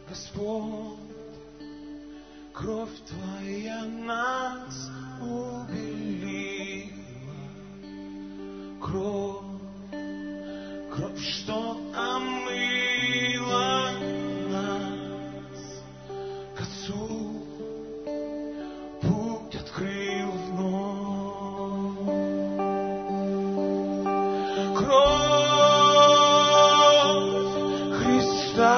Господь, кровь Твоя нас убелила, кровь, что омыла нас, к Отцу путь открыл вновь. Кровь Христа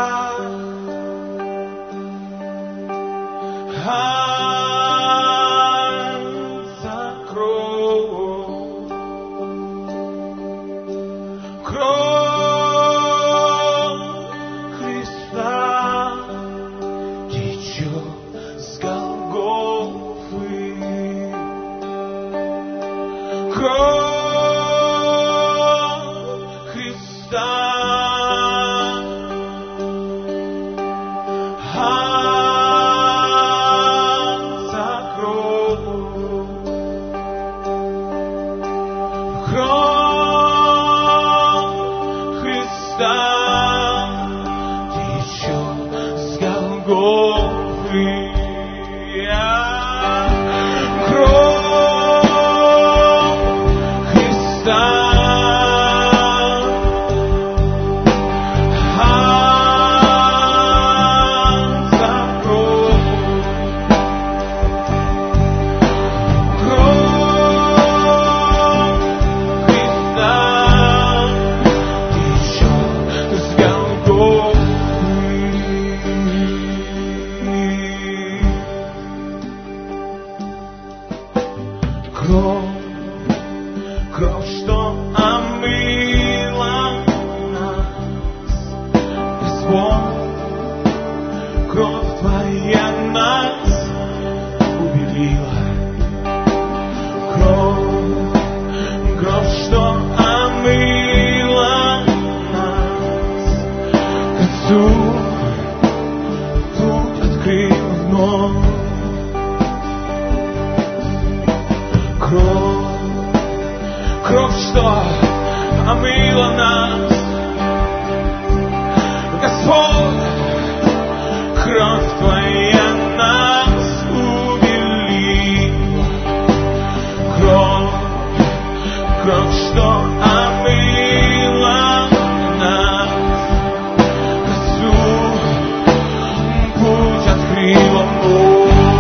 за кровь, Христа течет с Голгофы. Кровь Христа кровь, что омыла нас, Господь, кровь Твоя нас убелила, кровь, что омыла нас, к Отцу путь открыл вновь. Кровь, что омыла нас, Господь, кровь Твоя нас убелила, кровь, что омыла нас, к Отцу путь открыла вновь.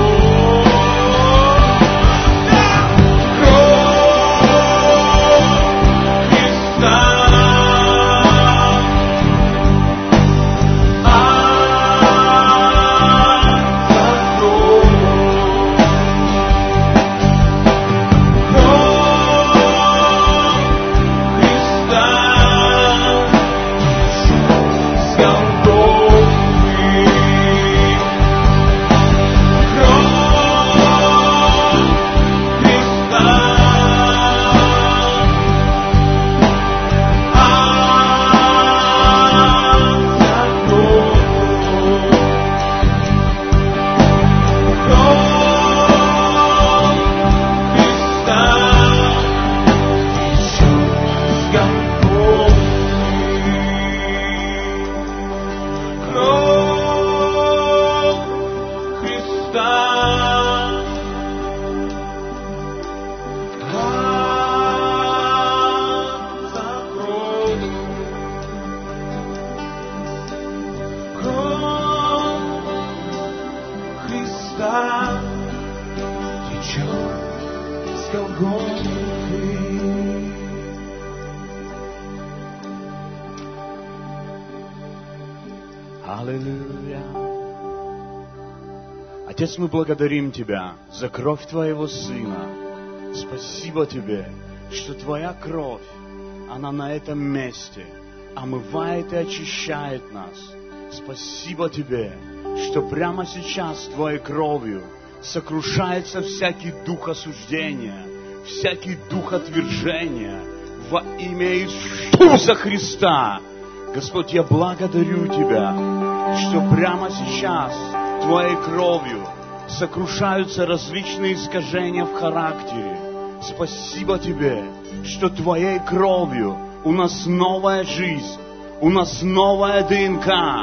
Аллилуйя. Отец, мы благодарим Тебя за кровь Твоего Сына. Спасибо Тебе, что Твоя кровь, она на этом месте омывает и очищает нас. Спасибо Тебе, что прямо сейчас Твоей кровью сокрушается всякий дух осуждения, всякий дух отвержения во имя Иисуса Христа. Господь, я благодарю Тебя, что прямо сейчас Твоей кровью сокрушаются различные искажения в характере. Спасибо Тебе, что Твоей кровью у нас новая жизнь, у нас новая ДНК,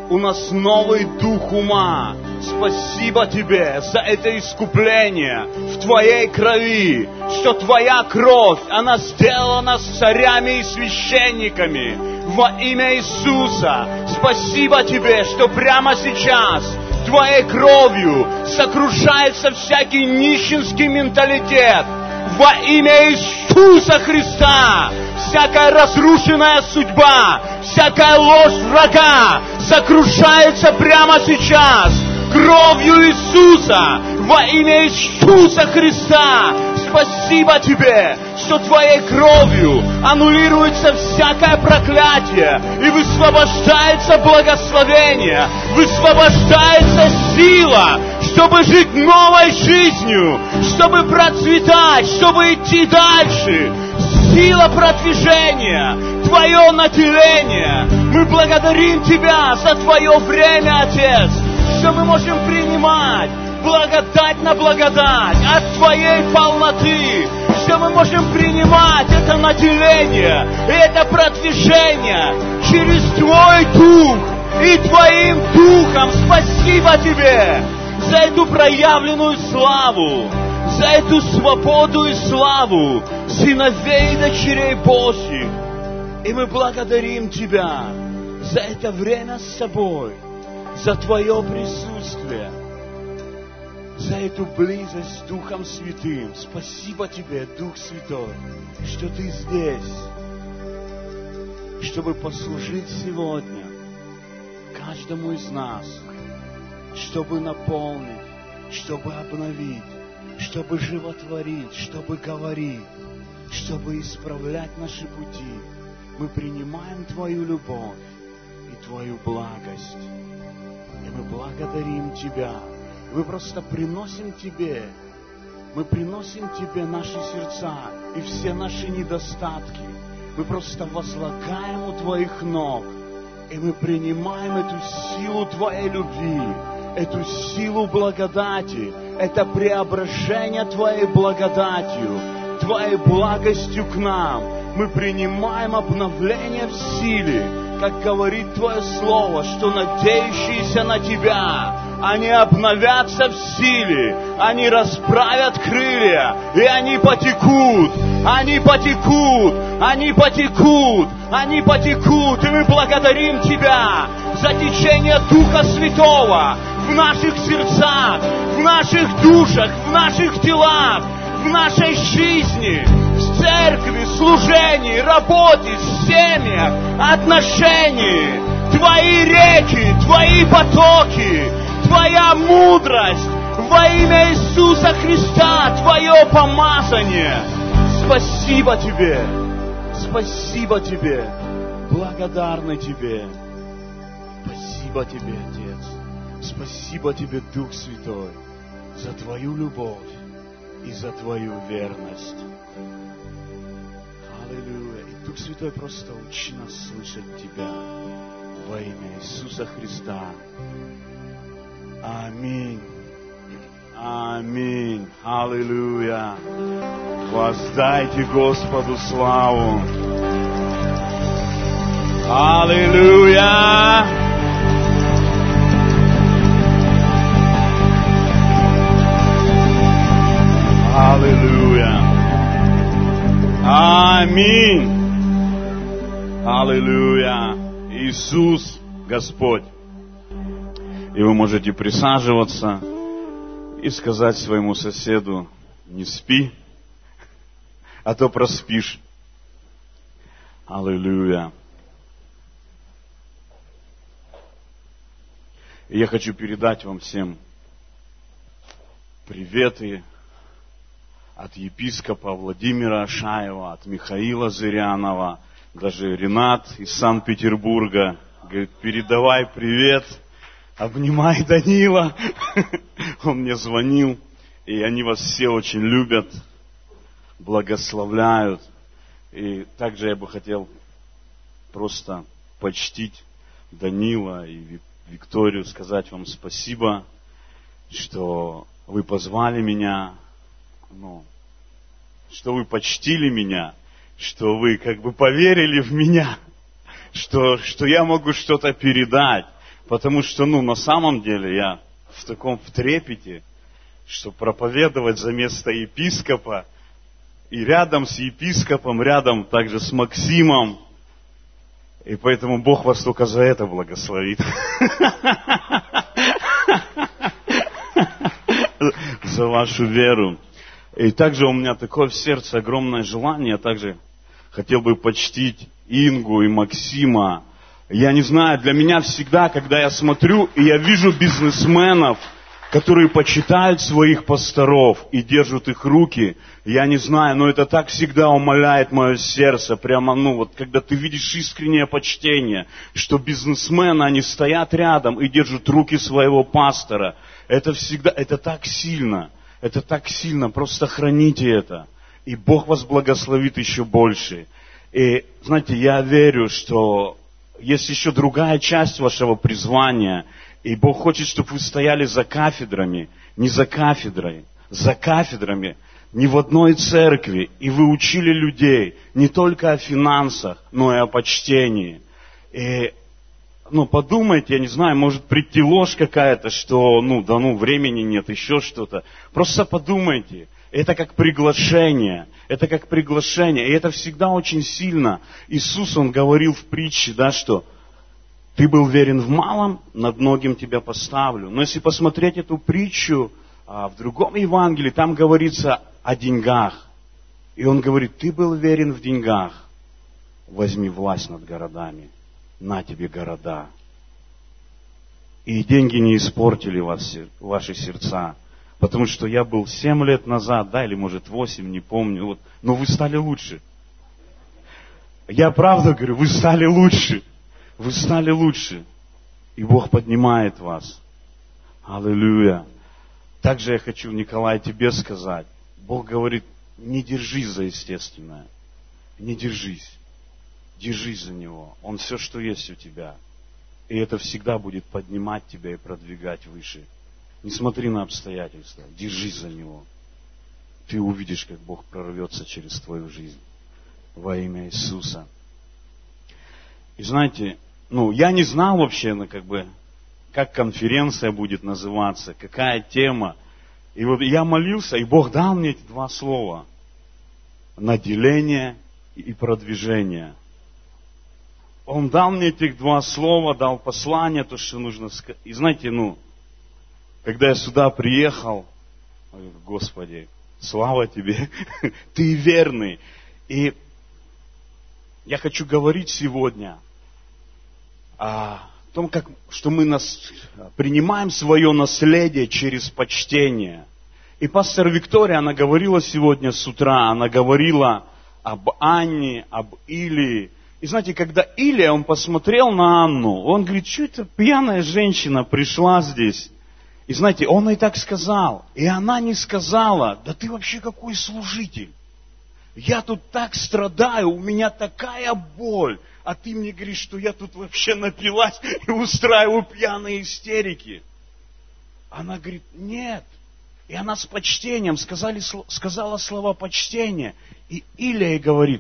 У нас новый дух ума. Спасибо Тебе за это искупление в Твоей крови, что Твоя кровь, она сделала нас царями и священниками во имя Иисуса. Спасибо Тебе, что прямо сейчас Твоей кровью сокрушается всякий нищенский менталитет во имя Иисуса Христа. Всякая разрушенная судьба, всякая ложь врага сокрушается прямо сейчас кровью Иисуса во имя Иисуса Христа. Спасибо Тебе, что Твоей кровью аннулируется всякое проклятие и высвобождается благословение, высвобождается сила, чтобы жить новой жизнью, чтобы процветать, чтобы идти дальше. Сила продвижения, Твое наделение. Мы благодарим Тебя за Твое время, Отец, что мы можем принимать благодать на благодать от Твоей полноты, что мы можем принимать это наделение и это продвижение через Твой Дух и Твоим Духом. Спасибо Тебе за эту проявленную славу, за эту свободу и славу сыновей и дочерей Божьих. И мы благодарим Тебя за это время с собой, за Твое присутствие, за эту близость с Духом Святым. Спасибо Тебе, Дух Святой, что Ты здесь, чтобы послужить сегодня каждому из нас, чтобы наполнить, чтобы обновить, чтобы животворить, чтобы говорить, чтобы исправлять наши пути. Мы принимаем Твою любовь и Твою благость. И мы благодарим Тебя. Мы просто приносим Тебе, мы приносим Тебе наши сердца и все наши недостатки. Мы просто возлагаем у Твоих ног. И мы принимаем эту силу Твоей любви, эту силу благодати, это преображение Твоей благодатью, Твоей благостью к нам. Мы принимаем обновление в силе, как говорит Твое Слово, что надеющиеся на Тебя, они обновятся в силе, они расправят крылья, и они потекут, они потекут, они потекут, они потекут. И мы благодарим Тебя за течение Духа Святого в наших сердцах, в наших душах, в наших телах, в нашей жизни, в церкви, служении, работе, семьях, отношении. Твои реки, Твои потоки, Твоя мудрость во имя Иисуса Христа, Твое помазание. Спасибо Тебе, спасибо Тебе, благодарны Тебе. Спасибо Тебе, Отец, спасибо Тебе, Дух Святой, за Твою любовь и за Твою верность. Аллилуйя. И Дух Святой, просто учи нас слышать Тебя во имя Иисуса Христа. Аминь. Аминь. Аллилуйя. Воздайте Господу славу. Аллилуйя. Аллилуйя. Аминь. Аллилуйя. Иисус Господь. И вы можете присаживаться и сказать своему соседу: не спи, а то проспишь. Аллилуйя. И я хочу передать вам всем приветы от епископа Владимира Ашаева, от Михаила Зырянова, даже Ренат из Санкт-Петербурга говорит: передавай привет, обнимай Данила. Он мне звонил, и они вас все очень любят, благословляют. И также я бы хотел просто почтить Данила и Викторию, сказать вам спасибо, что вы позвали меня, что вы почтили меня, что вы как бы поверили в меня, что я могу что-то передать. Потому что, на самом деле я в таком трепете, что проповедовать за место епископа, и рядом с епископом, рядом также с Максимом. И поэтому Бог вас только за это благословит. За вашу веру. И также у меня такое в сердце огромное желание. Я также хотел бы почтить Ингу и Максима. Я не знаю, для меня всегда, когда я смотрю, и я вижу бизнесменов, которые почитают своих пасторов и держат их руки, я не знаю, но это так всегда умаляет мое сердце. Прямо, когда ты видишь искреннее почтение, что бизнесмены, они стоят рядом и держат руки своего пастора. Это всегда, это так сильно, просто храните это. И Бог вас благословит еще больше. И, знаете, я верю, что есть еще другая часть вашего призвания, и Бог хочет, чтобы вы стояли за кафедрами, не за кафедрой, за кафедрами, не в одной церкви, и вы учили людей не только о финансах, но и о почтении. И, подумайте, я не знаю, может прийти ложь какая-то, что, времени нет, еще что-то. Просто подумайте. Это как приглашение. И это всегда очень сильно. Иисус, Он говорил в притче, что ты был верен в малом, над многим тебя поставлю. Но если посмотреть эту притчу в другом Евангелии, там говорится о деньгах. И Он говорит, ты был верен в деньгах, возьми власть над городами, на тебе города. И деньги не испортили ваши сердца. Потому что я был 7 лет назад, или может 8, не помню, но вы стали лучше. Я правда говорю, вы стали лучше. Вы стали лучше. И Бог поднимает вас. Аллилуйя. Также я хочу, Николай, тебе сказать. Бог говорит, не держись за естественное. Не держись. Держись за Него. Он все, что есть у тебя. И это всегда будет поднимать тебя и продвигать выше. Не смотри на обстоятельства. Держись за Него. Ты увидишь, как Бог прорвется через твою жизнь. Во имя Иисуса. И знаете, я не знал вообще, как конференция будет называться, какая тема. И я молился, и Бог дал мне эти 2 слова. Наделение и продвижение. Он дал мне этих 2 слова, дал послание, то, что нужно сказать. И знаете, когда я сюда приехал, Господи, слава Тебе, Ты верный. И я хочу говорить сегодня о том, что мы принимаем свое наследие через почтение. И пастор Виктория, она говорила сегодня с утра, она говорила об Анне, об Илии. И знаете, когда Илия, он посмотрел на Анну, он говорит, что это пьяная женщина пришла здесь. И знаете, он ей так сказал. И она не сказала, да ты вообще какой служитель. Я тут так страдаю, у меня такая боль. А ты мне говоришь, что я тут вообще напилась и устраиваю пьяные истерики. Она говорит, нет. И она с почтением сказала слова почтения. И Илия ей говорит,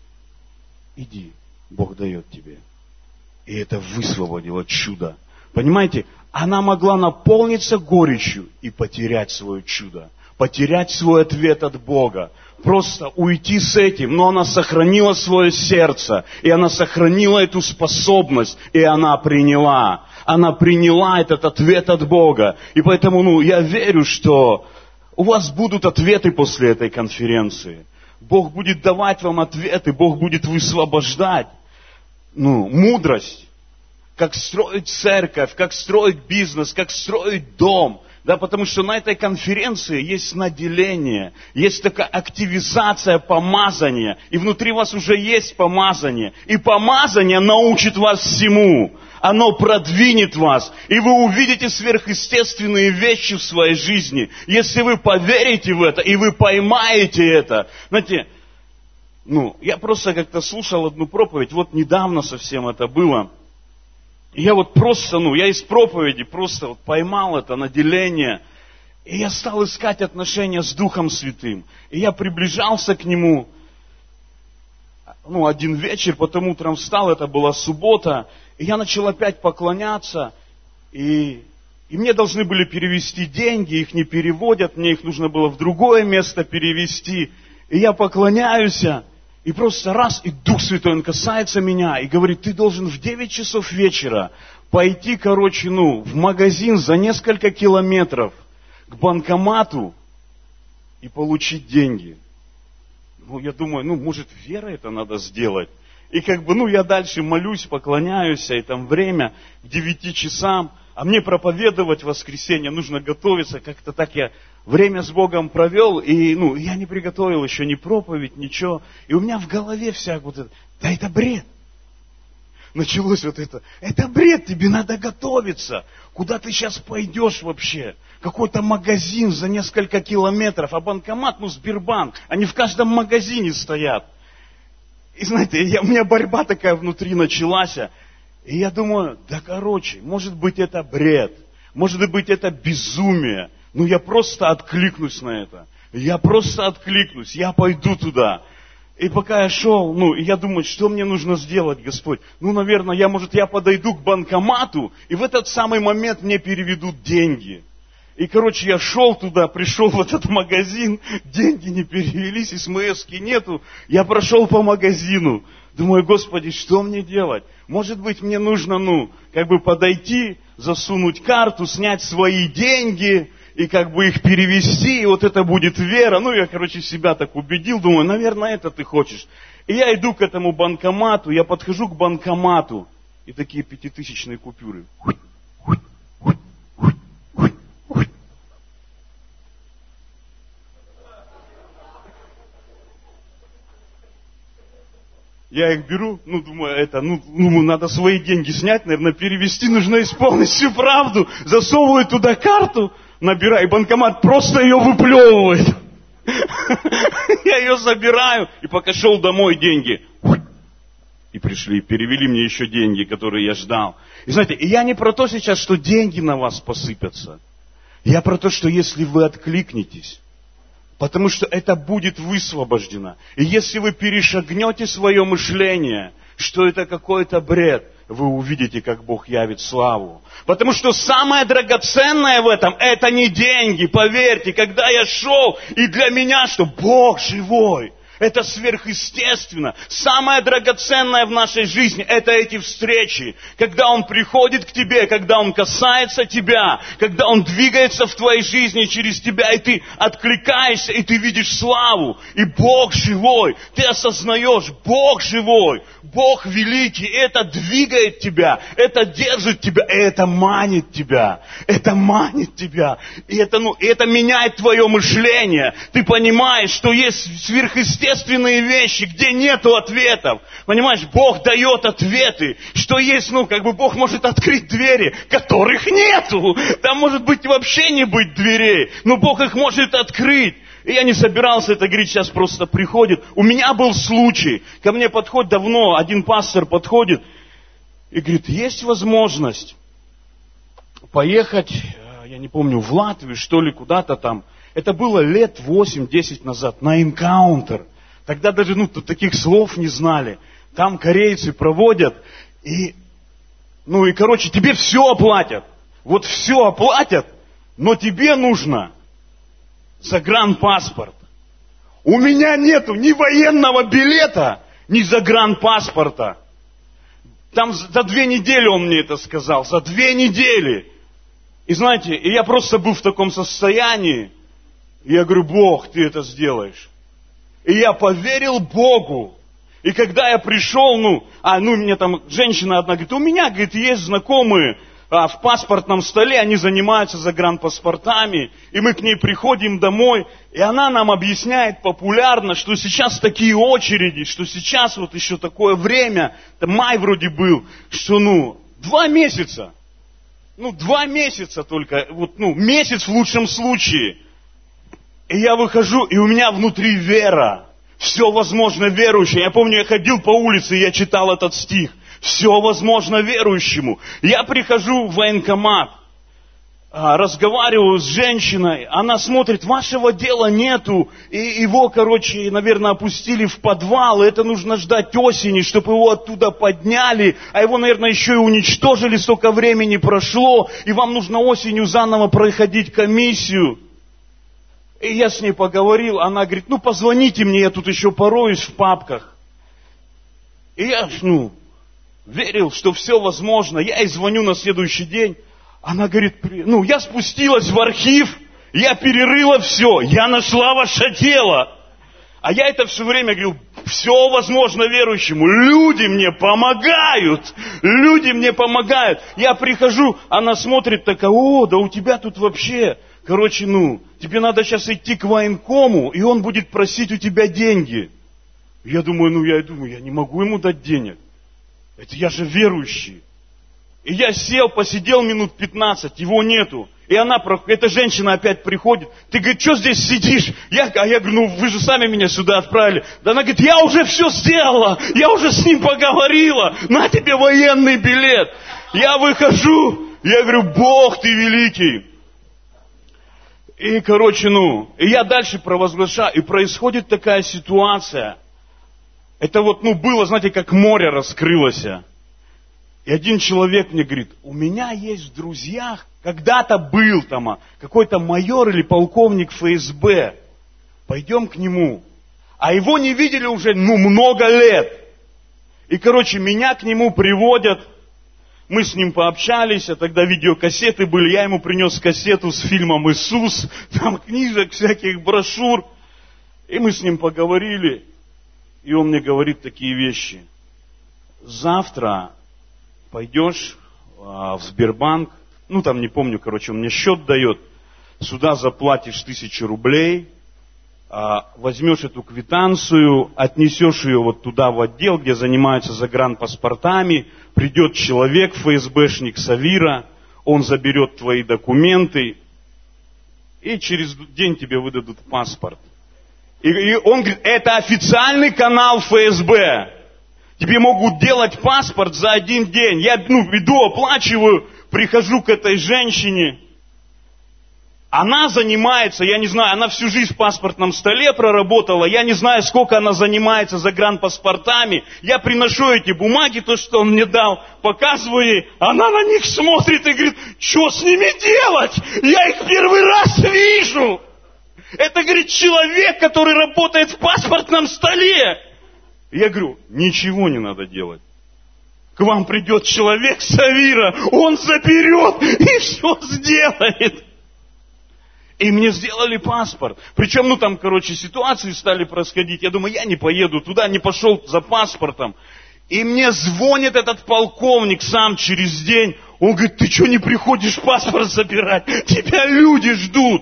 иди, Бог дает тебе. И это высвободило чудо. Понимаете, она могла наполниться горечью и потерять свое чудо. Потерять свой ответ от Бога. Просто уйти с этим. Но она сохранила свое сердце. И она сохранила эту способность. И она приняла. Она приняла этот ответ от Бога. И поэтому, я верю, что у вас будут ответы после этой конференции. Бог будет давать вам ответы. Бог будет высвобождать. Мудрость. Как строить церковь, как строить бизнес, как строить дом. Да, потому что на этой конференции есть наделение, есть такая активизация помазания. И внутри вас уже есть помазание. И помазание научит вас всему. Оно продвинет вас. И вы увидите сверхъестественные вещи в своей жизни. Если вы поверите в это, и вы поймаете это. Знаете, я просто как-то слушал одну проповедь. Вот недавно совсем это было. И я я из проповеди просто поймал это наделение. И я стал искать отношения с Духом Святым. И я приближался к Нему. Один вечер, потом утром встал, это была суббота. И я начал опять поклоняться. И мне должны были перевести деньги, их не переводят, мне их нужно было в другое место перевести. И я поклоняюсь, и просто раз, и Дух Святой, Он касается меня и говорит, ты должен в 9 часов вечера пойти, в магазин за несколько километров к банкомату и получить деньги. Я думаю, может, вера это надо сделать. И я дальше молюсь, поклоняюсь, и там время к 9 часам, а мне проповедовать в воскресенье, нужно готовиться, как-то так я время с Богом провел, и я не приготовил еще ни проповедь, ничего. И у меня в голове это бред. Началось это бред, тебе надо готовиться. Куда ты сейчас пойдешь вообще? Какой-то магазин за несколько километров, а банкомат, Сбербанк, они в каждом магазине стоят. И знаете, у меня борьба такая внутри началась, и я думаю, может быть это бред, может быть это безумие, я просто откликнусь на это. Я пойду туда. И пока я шел, я думаю, что мне нужно сделать, Господь? Наверное, я подойду к банкомату, и в этот самый момент мне переведут деньги. И, я шел туда, пришел в этот магазин, деньги не перевелись, СМС-ки нету. Я прошел по магазину, думаю, Господи, что мне делать? Может быть, мне нужно, подойти, засунуть карту, снять свои деньги, и их перевести, и это будет вера. Я, себя так убедил, думаю, наверное, это ты хочешь. И я иду к этому банкомату, я подхожу к банкомату, и такие 5000-е купюры. Я их беру, думаю, надо свои деньги снять, наверное, перевести, нужно исполнить всю правду. Засовываю туда карту, набираю, и банкомат просто ее выплевывает. Я ее забираю, и пока шел домой, деньги. И пришли, перевели мне еще деньги, которые я ждал. И знаете, я не про то сейчас, что деньги на вас посыпятся. Я про то, что если вы откликнетесь, потому что это будет высвобождено. И если вы перешагнете свое мышление, что это какой-то бред, вы увидите, как Бог явит славу. Потому что самое драгоценное в этом, это не деньги. Поверьте, когда я шел, и для меня, что Бог живой. Это сверхъестественно. Самое драгоценное в нашей жизни – это эти встречи. Когда Он приходит к тебе, когда Он касается тебя, когда Он двигается в твоей жизни через тебя, и ты откликаешься, и ты видишь славу. И Бог живой. Ты осознаешь, Бог живой, Бог великий. И это двигает тебя, это держит тебя, и это манит тебя. Это манит тебя. И это меняет твое мышление. Ты понимаешь, что есть сверхъестественные вещи, где нету ответов. Понимаешь, Бог дает ответы, что есть, Бог может открыть двери, которых нету. Там может быть вообще не быть дверей, но Бог их может открыть. И я не собирался это говорить, сейчас просто приходит. У меня был случай, ко мне подходит давно, один пастор подходит и говорит, есть возможность поехать, я не помню, в Латвию, что ли, куда-то там. Это было лет 8-10 назад, на энкаунтер. Тогда даже, таких слов не знали. Там корейцы проводят, и тебе все оплатят. Вот все оплатят, но тебе нужно загранпаспорт. У меня нету ни военного билета, ни загранпаспорта. Там за 2 недели он мне это сказал, за 2 недели. И знаете, я просто был в таком состоянии, и я говорю, Бог, ты это сделаешь. И я поверил Богу. И когда я пришел, мне там женщина одна говорит, у меня, говорит, есть знакомые в паспортном столе, они занимаются загранпаспортами, и мы к ней приходим домой, и она нам объясняет популярно, что сейчас такие очереди, что сейчас еще такое время, май вроде был, что 2 месяца. 2 месяца только, месяц в лучшем случае. И я выхожу, и у меня внутри вера. Все возможно верующему. Я помню, я ходил по улице, и я читал этот стих. Все возможно верующему. Я прихожу в военкомат. разговариваю с женщиной, она смотрит, вашего дела нету, и его, наверное, опустили в подвал, и это нужно ждать осени, чтобы его оттуда подняли, а его, наверное, еще и уничтожили, столько времени прошло, и вам нужно осенью заново проходить комиссию. И я с ней поговорил, она говорит, позвоните мне, я тут еще пороюсь в папках. И я, верил, что все возможно, я ей звоню на следующий день. Она говорит, я спустилась в архив, я перерыла все, я нашла ваше дело. А я это все время говорил, все возможно верующему, люди мне помогают. Я прихожу, она смотрит такая, да у тебя тут вообще, тебе надо сейчас идти к военкому, и он будет просить у тебя деньги. Я думаю, я не могу ему дать денег. Это я же верующий. И я сел, посидел минут 15, его нету. И эта женщина опять приходит. Ты, говорит, что здесь сидишь? Я говорю, вы же сами меня сюда отправили. Да она говорит, я уже все сделала, я уже с ним поговорила. На тебе военный билет. Я выхожу, я говорю, Бог ты великий. И, и я дальше провозглашаю. И происходит такая ситуация. Это было, знаете, как море раскрылось. И один человек мне говорит, у меня есть в друзьях, когда-то был там какой-то майор или полковник ФСБ, пойдем к нему. А его не видели уже, много лет. И, меня к нему приводят, мы с ним пообщались, а тогда видеокассеты были, я ему принес кассету с фильмом «Иисус», там книжек, всяких брошюр. И мы с ним поговорили, и он мне говорит такие вещи. Завтра пойдешь в Сбербанк, не помню, он мне счет дает, сюда заплатишь 1000 рублей, возьмешь эту квитанцию, отнесешь ее туда в отдел, где занимаются загранпаспортами, придет человек, ФСБшник Савира, он заберет твои документы, и через день тебе выдадут паспорт. И он говорит, это официальный канал ФСБ. Тебе могут делать паспорт за один день. Я иду, оплачиваю, прихожу к этой женщине. Она занимается, я не знаю, она всю жизнь в паспортном столе проработала. Я не знаю, сколько она занимается загранпаспортами. Я приношу эти бумаги, то, что он мне дал, показываю ей. Она на них смотрит и говорит, что с ними делать? Я их первый раз вижу. Это, говорит, человек, который работает в паспортном столе. Я говорю, ничего не надо делать. К вам придет человек Савира, он заберет и все сделает. И мне сделали паспорт. Причем, ситуации стали происходить. Я думаю, я не поеду туда, не пошел за паспортом. И мне звонит этот полковник сам через день. Он говорит, ты что не приходишь паспорт забирать? Тебя люди ждут.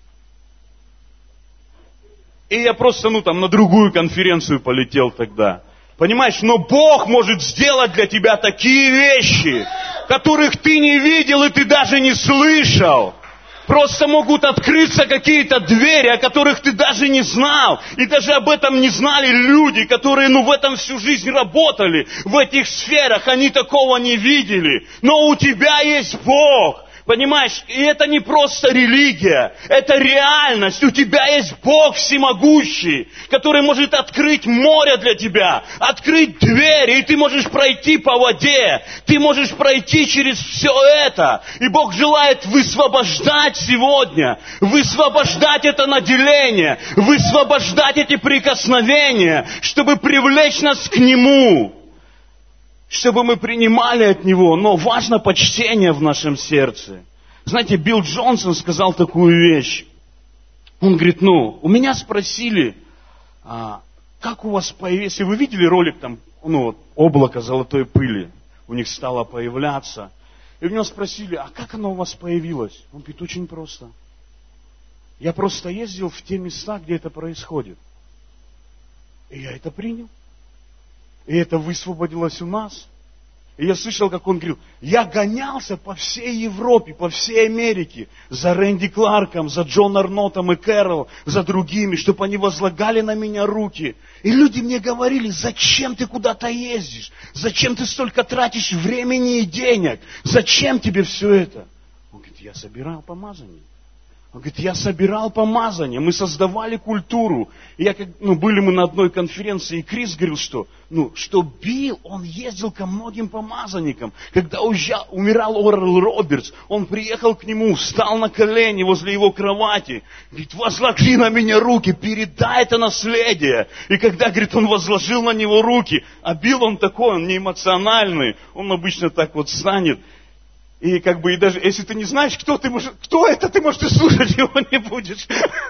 И я просто, на другую конференцию полетел тогда. Понимаешь, но Бог может сделать для тебя такие вещи, которых ты не видел и ты даже не слышал. Просто могут открыться какие-то двери, о которых ты даже не знал. И даже об этом не знали люди, которые, в этом всю жизнь работали. В этих сферах они такого не видели. Но у тебя есть Бог. Понимаешь, и это не просто религия, это реальность. У тебя есть Бог всемогущий, который может открыть море для тебя, открыть двери, и ты можешь пройти по воде, ты можешь пройти через все это. И Бог желает высвобождать сегодня, высвобождать это наделение, высвобождать эти прикосновения, чтобы привлечь нас к Нему. Чтобы мы принимали от Него, но важно почтение в нашем сердце. Знаете, Билл Джонсон сказал такую вещь. Он говорит, у меня спросили, как у вас появилось, если вы видели ролик, облако золотой пыли, у них стало появляться. И у него спросили, а как оно у вас появилось? Он говорит, очень просто. Я просто ездил в те места, где это происходит. И я это принял. И это высвободилось у нас. И я слышал, как он говорил, я гонялся по всей Европе, по всей Америке, за Рэнди Кларком, за Джон Арнотом и Кэрол, за другими, чтобы они возлагали на меня руки. И люди мне говорили, зачем ты куда-то ездишь? Зачем ты столько тратишь времени и денег? Зачем тебе все это? Он говорит, я собирал помазание. Он говорит, я собирал помазание, мы создавали культуру. И были мы на одной конференции, и Крис говорил, что Билл, он ездил ко многим помазанникам. Когда умирал Орел Робертс, он приехал к нему, встал на колени возле его кровати. Говорит, возложи на меня руки, передай это наследие. И когда, говорит, он возложил на него руки, а Билл, он такой, он не эмоциональный, он обычно так вот станет. И и даже если ты не знаешь, кто это, ты, может, и слушать его не будешь.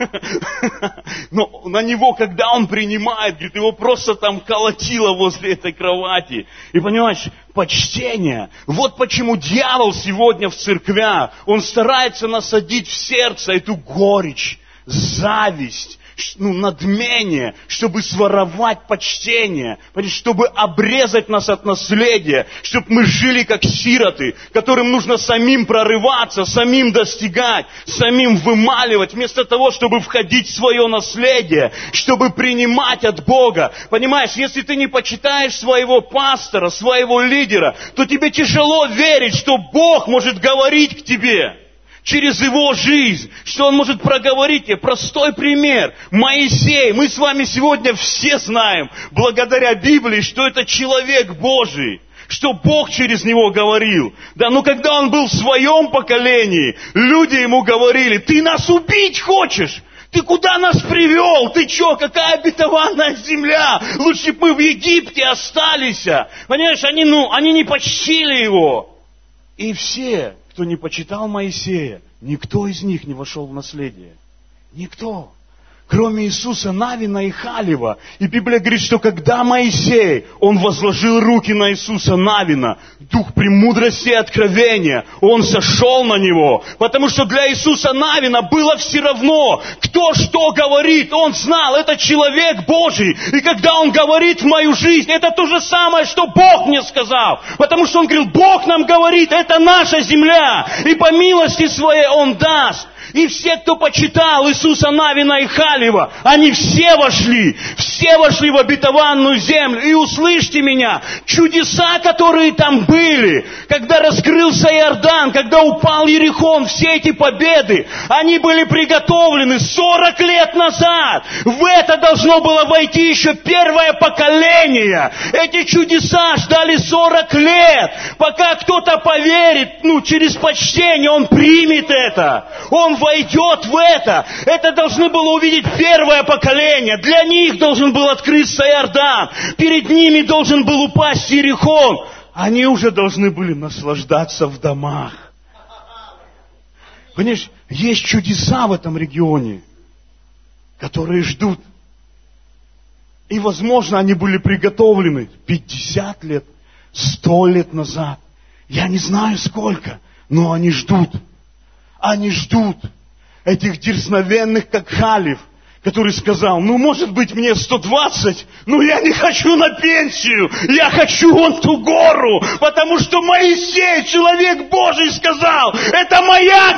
Но на него, когда он принимает, говорит, его просто там колотило возле этой кровати. И понимаешь, почтение. Вот почему дьявол сегодня в церквях, он старается насадить в сердце эту горечь, зависть, надмение, чтобы своровать почтение, чтобы обрезать нас от наследия, чтобы мы жили как сироты, которым нужно самим прорываться, самим достигать, самим вымаливать, вместо того, чтобы входить в свое наследие, чтобы принимать от Бога. Понимаешь, если ты не почитаешь своего пастора, своего лидера, то тебе тяжело верить, что Бог может говорить к тебе через его жизнь, что он может проговорить тебе. Простой пример. Моисей. Мы с вами сегодня все знаем, благодаря Библии, что это человек Божий, что Бог через него говорил. Да, но когда он был в своем поколении, люди ему говорили, ты нас убить хочешь? Ты куда нас привел? Ты что, какая обетованная земля? Лучше бы мы в Египте остались. Понимаешь, они не почтили его. И все, кто не почитал Моисея, никто из них не вошел в наследие. Никто. Кроме Иисуса Навина и Халева. И Библия говорит, что когда Моисей, он возложил руки на Иисуса Навина, дух премудрости и откровения, он сошел на него. Потому что для Иисуса Навина было все равно, кто что говорит. Он знал, это человек Божий. И когда он говорит в мою жизнь, это то же самое, что Бог мне сказал. Потому что он говорил, Бог нам говорит, это наша земля. И по милости своей он даст. И все, кто почитал Иисуса Навина и Халева, они все вошли в обетованную землю. И услышьте меня, чудеса, которые там были, когда раскрылся Иордан, когда упал Иерихон, все эти победы, они были приготовлены 40 лет назад. В это должно было войти еще первое поколение. Эти чудеса ждали 40 лет, пока кто-то поверит, через почтение, он примет это. Он войдет в это. Это должны было увидеть первое поколение. Для них должен был открыться Иордан. Перед ними должен был упасть Иерихон. Они уже должны были наслаждаться в домах. Понимаешь, есть чудеса в этом регионе, которые ждут. И, возможно, они были приготовлены 50 лет, 100 лет назад. Я не знаю сколько, но они ждут. Они ждут этих дерзновенных, как Халев, который сказал, может быть мне 120, но я не хочу на пенсию, я хочу вон ту гору, потому что Моисей, человек Божий, сказал, это моя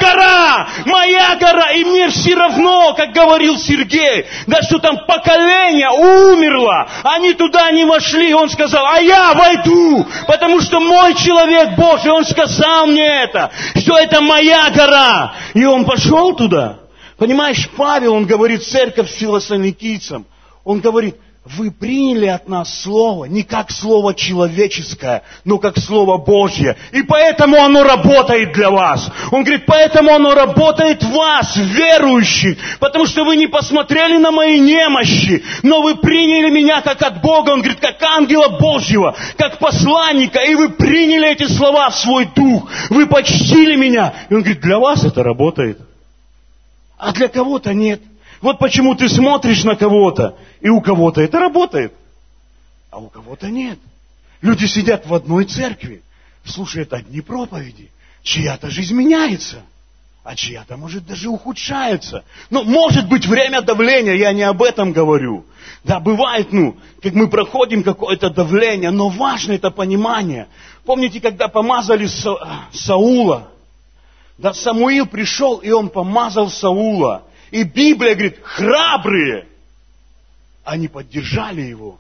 гора, и мне все равно, как говорил Сергей, да что там поколение умерло, они туда не вошли, он сказал, а я войду, потому что мой человек Божий, он сказал мне это, что это моя гора, и он пошел туда. Понимаешь, Павел, он говорит церковь фессалоникийцам, он говорит, вы приняли от нас слово не как слово человеческое, но как слово Божье. И поэтому оно работает для вас. Он говорит, поэтому оно работает в вас, верующих, потому что вы не посмотрели на мои немощи, но вы приняли меня как от Бога, он говорит, как ангела Божьего, как посланника, и вы приняли эти слова в свой дух, вы почтили меня. И он говорит, для вас это работает. А для кого-то нет. Вот почему ты смотришь на кого-то, и у кого-то это работает, а у кого-то нет. Люди сидят в одной церкви, слушают одни проповеди, чья-то жизнь меняется, а чья-то, может, даже ухудшается. Но может быть время давления, я не об этом говорю. Да, бывает, как мы проходим какое-то давление, но важно это понимание. Помните, когда помазали Саула? Да, Самуил пришел, и он помазал Саула. И Библия говорит, храбрые, они поддержали его.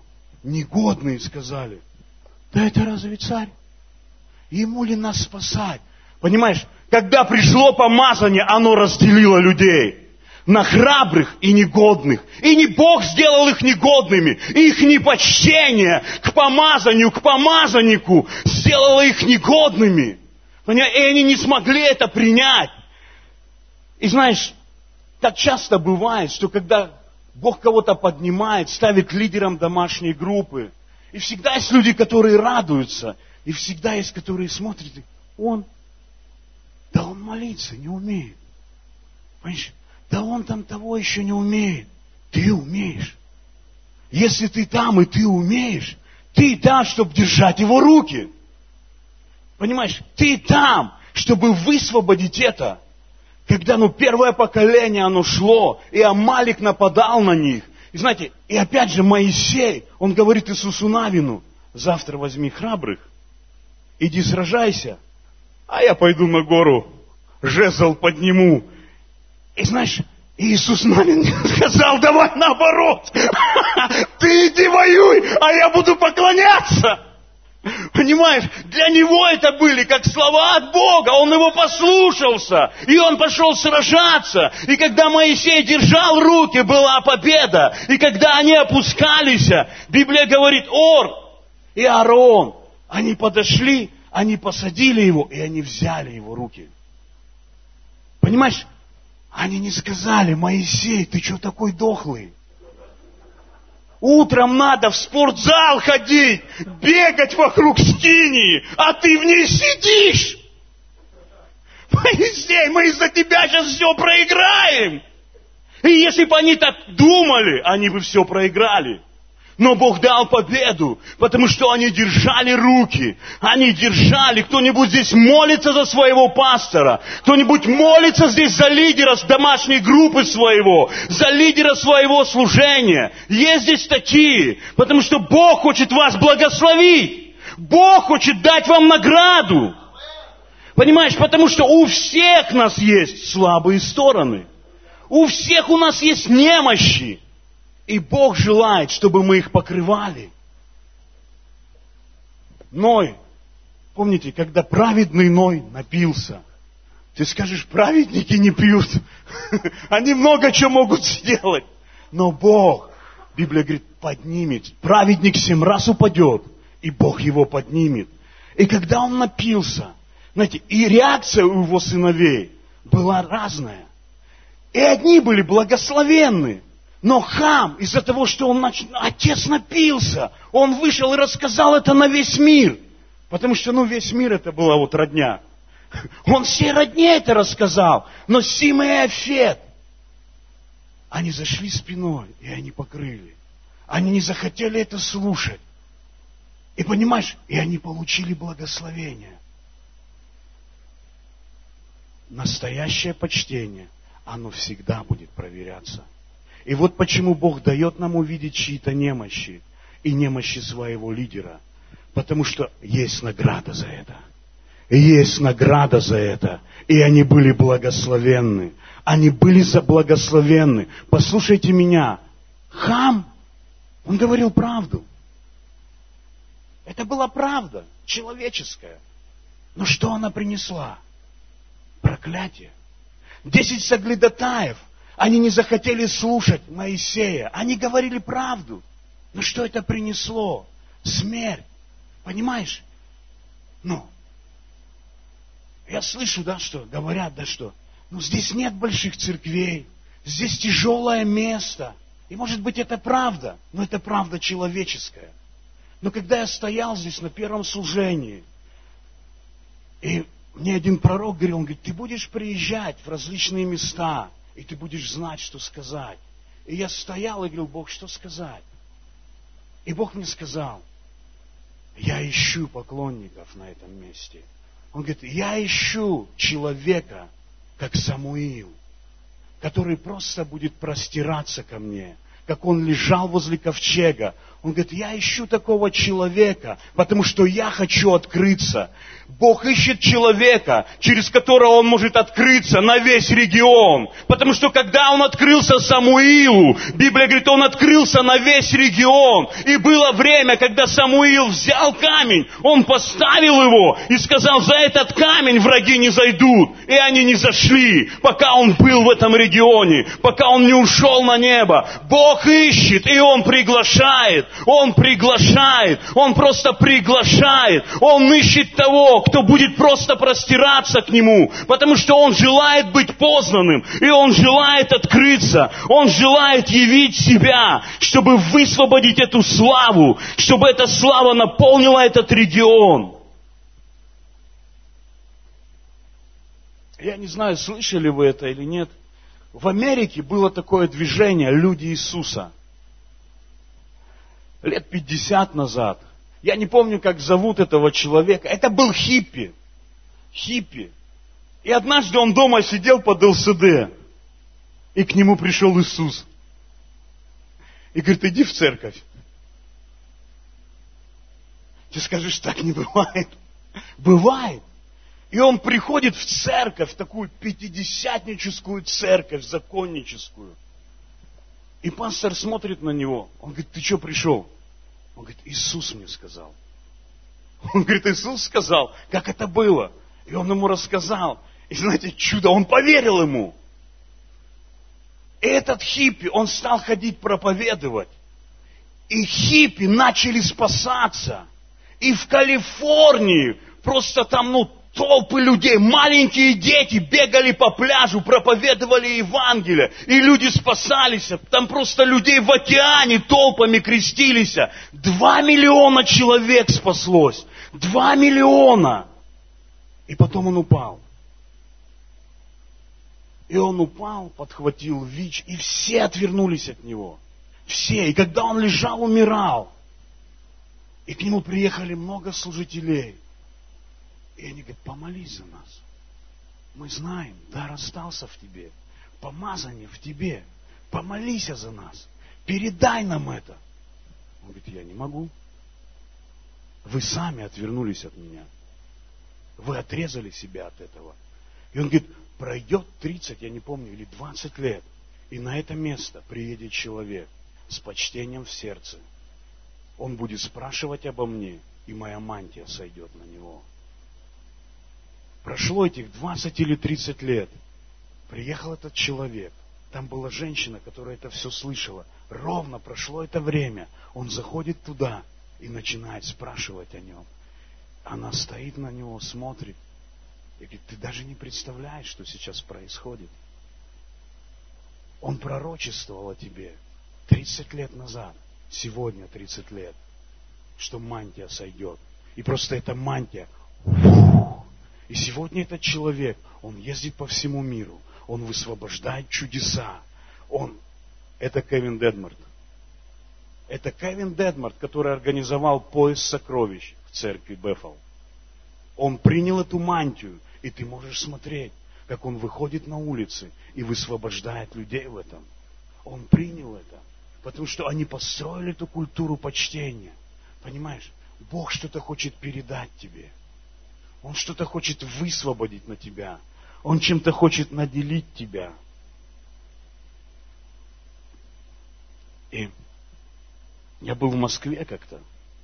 Негодные сказали, да это разве царь? Ему ли нас спасать? Понимаешь, когда пришло помазание, оно разделило людей на храбрых и негодных. И не Бог сделал их негодными. Их непочтение к помазанию, к помазаннику сделало их негодными. И они не смогли это принять. И знаешь, так часто бывает, что когда Бог кого-то поднимает, ставит лидером домашней группы, и всегда есть люди, которые радуются, и всегда есть, которые смотрят, он молиться не умеет. Понимаешь? Да он там того еще не умеет. Ты умеешь. Если ты там и ты умеешь, ты там, чтобы держать его руки. Понимаешь? Ты там, чтобы высвободить это. Когда, первое поколение, оно шло, и Амалик нападал на них. И знаете, и опять же Моисей, он говорит Иисусу Навину, завтра возьми храбрых, иди сражайся, а я пойду на гору, жезл подниму. И знаешь, Иисус Навин сказал, давай наоборот, ты иди воюй, а я буду поклоняться. Понимаешь, для него это были как слова от Бога, он его послушался, и он пошел сражаться. И когда Моисей держал руки, была победа. И когда они опускались, Библия говорит, Ор и Аарон, они подошли, они посадили его, и они взяли его руки. Понимаешь, они не сказали, Моисей, ты что такой дохлый? Утром надо в спортзал ходить, бегать вокруг скинии, а ты в ней сидишь. Моисей, мы из-за тебя сейчас все проиграем. И если бы они так думали, они бы все проиграли. Но Бог дал победу, потому что они держали руки. Они держали. Кто-нибудь здесь молится за своего пастора. Кто-нибудь молится здесь за лидера домашней группы своего. За лидера своего служения. Есть здесь такие. Потому что Бог хочет вас благословить. Бог хочет дать вам награду. Понимаешь, потому что у всех нас есть слабые стороны. У всех у нас есть немощи. И Бог желает, чтобы мы их покрывали. Ной, помните, когда праведный Ной напился, ты скажешь, праведники не пьют. Они много чего могут сделать. Но Бог, Библия говорит, поднимет. Праведник 7 раз упадет, и Бог его поднимет. И когда он напился, знаете, и реакция у его сыновей была разная. И одни были благословенны. Но Хам, из-за того, что отец напился, он вышел и рассказал это на весь мир. Потому что, весь мир это была вот родня. Он всей родне это рассказал. Но Сима и Афет, они зашли спиной, и они покрыли. Они не захотели это слушать. И понимаешь, и они получили благословение. Настоящее почтение, оно всегда будет проверяться. И вот почему Бог дает нам увидеть чьи-то немощи и немощи своего лидера. Потому что есть награда за это. Есть награда за это. И они были благословенны. Они были благословенны. Послушайте меня. Хам, он говорил правду. Это была правда, человеческая. Но что она принесла? Проклятие. 10 соглядатаев. Они не захотели слушать Моисея. Они говорили правду. Но что это принесло? Смерть. Понимаешь? Я слышу, что говорят, что здесь нет больших церквей. Здесь тяжелое место. И может быть это правда. Но это правда человеческая. Но когда я стоял здесь на первом служении, и мне один пророк говорил, он говорит, ты будешь приезжать в различные места, и ты будешь знать, что сказать. И я стоял и говорил, Бог, что сказать? И Бог мне сказал, я ищу поклонников на этом месте. Он говорит, я ищу человека, как Самуил, который просто будет простираться ко мне, как он лежал возле ковчега. Он говорит, я ищу такого человека, потому что я хочу открыться. Бог ищет человека, через которого он может открыться на весь регион. Потому что когда он открылся Самуилу, Библия говорит, он открылся на весь регион. И было время, когда Самуил взял камень, он поставил его и сказал, за этот камень враги не зайдут. И они не зашли, пока он был в этом регионе, пока он не ушел на небо. Бог ищет, и он приглашает. Он приглашает, Он просто приглашает. Он ищет того, кто будет просто простираться к Нему, потому что Он желает быть познанным, и Он желает открыться, Он желает явить себя, чтобы высвободить эту славу, чтобы эта слава наполнила этот регион. Я не знаю, слышали вы это или нет. В Америке было такое движение «Люди Иисуса». Лет 50 назад. Я не помню, как зовут этого человека. Это был хиппи. Хиппи. И однажды он дома сидел под ЛСД. И к нему пришел Иисус. И говорит, иди в церковь. Ты скажешь, так не бывает. Бывает. И он приходит в церковь, такую пятидесятническую церковь, законническую. И пастор смотрит на него. Он говорит, ты что пришел? Он говорит, Иисус мне сказал. Он говорит, Иисус сказал, как это было. И он ему рассказал. И знаете, чудо, он поверил ему. И этот хиппи, он стал ходить проповедовать. И хиппи начали спасаться. И в Калифорнии просто там, толпы людей, маленькие дети бегали по пляжу, проповедовали Евангелие, и люди спасались. Там просто людей в океане толпами крестились. 2 миллиона человек спаслось. 2 миллиона. И потом он упал. И он упал, подхватил ВИЧ, и все отвернулись от него. Все. И когда он лежал, умирал. И к нему приехали много служителей. И они говорят, помолись за нас. Мы знаем, дар остался в тебе. Помазание в тебе. Помолись за нас. Передай нам это. Он говорит, я не могу. Вы сами отвернулись от меня. Вы отрезали себя от этого. И он говорит, пройдет 30, я не помню, или 20 лет. И на это место приедет человек с почтением в сердце. Он будет спрашивать обо мне, и моя мантия сойдет на него. Прошло этих 20 или 30 лет. Приехал этот человек. Там была женщина, которая это все слышала. Ровно прошло это время. Он заходит туда и начинает спрашивать о нем. Она стоит на него, смотрит. И говорит, ты даже не представляешь, что сейчас происходит. Он пророчествовал о тебе 30 лет назад. Сегодня 30 лет. Что мантия сойдет. И просто эта мантия... И сегодня этот человек, он ездит по всему миру, он высвобождает чудеса. Это Кевин Дедмарт. Это Кевин Дедмарт, который организовал пояс сокровищ в церкви Бефел. Он принял эту мантию, и ты можешь смотреть, как он выходит на улицы и высвобождает людей в этом. Он принял это, потому что они построили эту культуру почтения. Понимаешь, Бог что-то хочет передать тебе. Он что-то хочет высвободить на тебя. Он чем-то хочет наделить тебя. И я был в Москве как-то.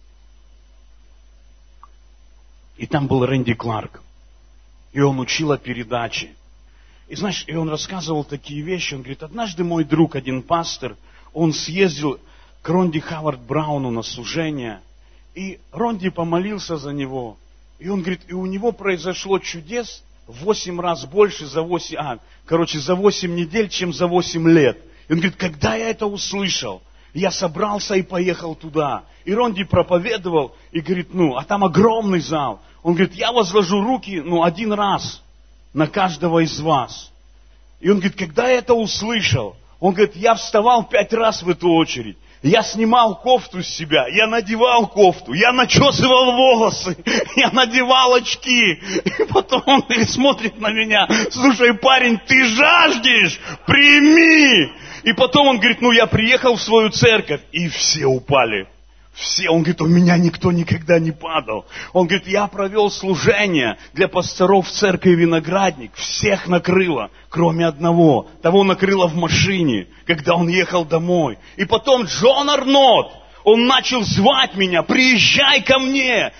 И там был Рэнди Кларк. И он учил о передаче. И знаешь, и он рассказывал такие вещи. Он говорит, однажды мой друг, один пастор, он съездил к Ронди Хавард Брауну на служение. И Ронди помолился за него. И он говорит, и у него произошло чудес в 8 раз больше за 8 недель, чем за 8 лет. И он говорит, когда я это услышал, я собрался и поехал туда. И Ронди проповедовал, и говорит, а там огромный зал. Он говорит, я возложу руки, 1 раз на каждого из вас. И он говорит, когда я это услышал, он говорит, я вставал 5 раз в эту очередь. Я снимал кофту с себя, я надевал кофту, я начесывал волосы, я надевал очки. И потом он смотрит на меня, слушай, парень, ты жаждешь? Прими! И потом он говорит, я приехал в свою церковь, и все упали. Все. Он говорит, у меня никто никогда не падал. Он говорит, я провел служение для пасторов в церкви Виноградник. Всех накрыло, кроме одного. Того накрыло в машине, когда он ехал домой. И потом Джон Арнотт, он начал звать меня, приезжай ко мне.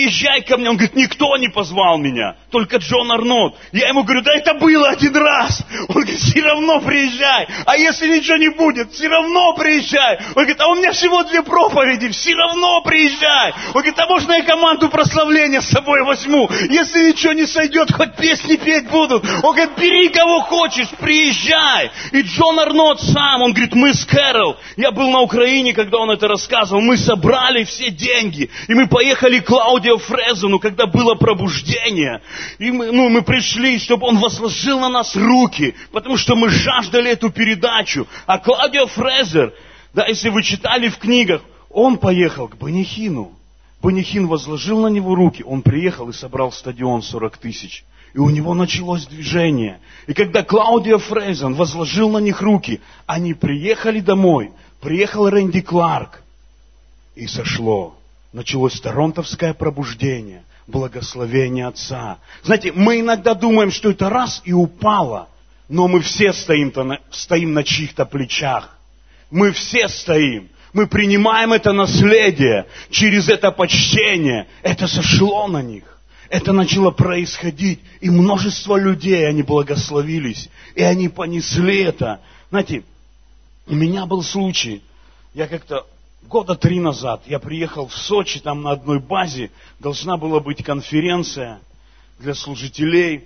Он говорит, никто не позвал меня, только Джон Арнотт. Я ему говорю, да это было один раз. Он говорит, все равно приезжай. А если ничего не будет, все равно приезжай. Он говорит, а у меня всего 2 проповеди, все равно приезжай. Он говорит, а можно я команду прославления с собой возьму? Если ничего не сойдет, хоть песни петь будут. Он говорит, бери кого хочешь, приезжай. И Джон Арнотт сам, он говорит, мы с Кэрол, я был на Украине, когда он это рассказывал, мы собрали все деньги, и мы поехали к Клаудио Фрезену, когда было пробуждение. И мы пришли, чтобы он возложил на нас руки, потому что мы жаждали эту передачу. А Клаудио Фрезер, да, если вы читали в книгах, он поехал к Банихину. Банихин возложил на него руки, он приехал и собрал стадион 40 тысяч. И у него началось движение. И когда Клаудио Фрезен возложил на них руки, они приехали домой. Приехал Рэнди Кларк. И сошло. Началось торонтовское пробуждение, благословение Отца. Знаете, мы иногда думаем, что это раз и упало, но мы все стоим на чьих-то плечах. Мы все стоим. Мы принимаем это наследие через это почтение. Это сошло на них. Это начало происходить. И множество людей, они благословились. И они понесли это. Знаете, у меня был случай. Я как-то 3 года назад я приехал в Сочи, там на одной базе должна была быть конференция для служителей,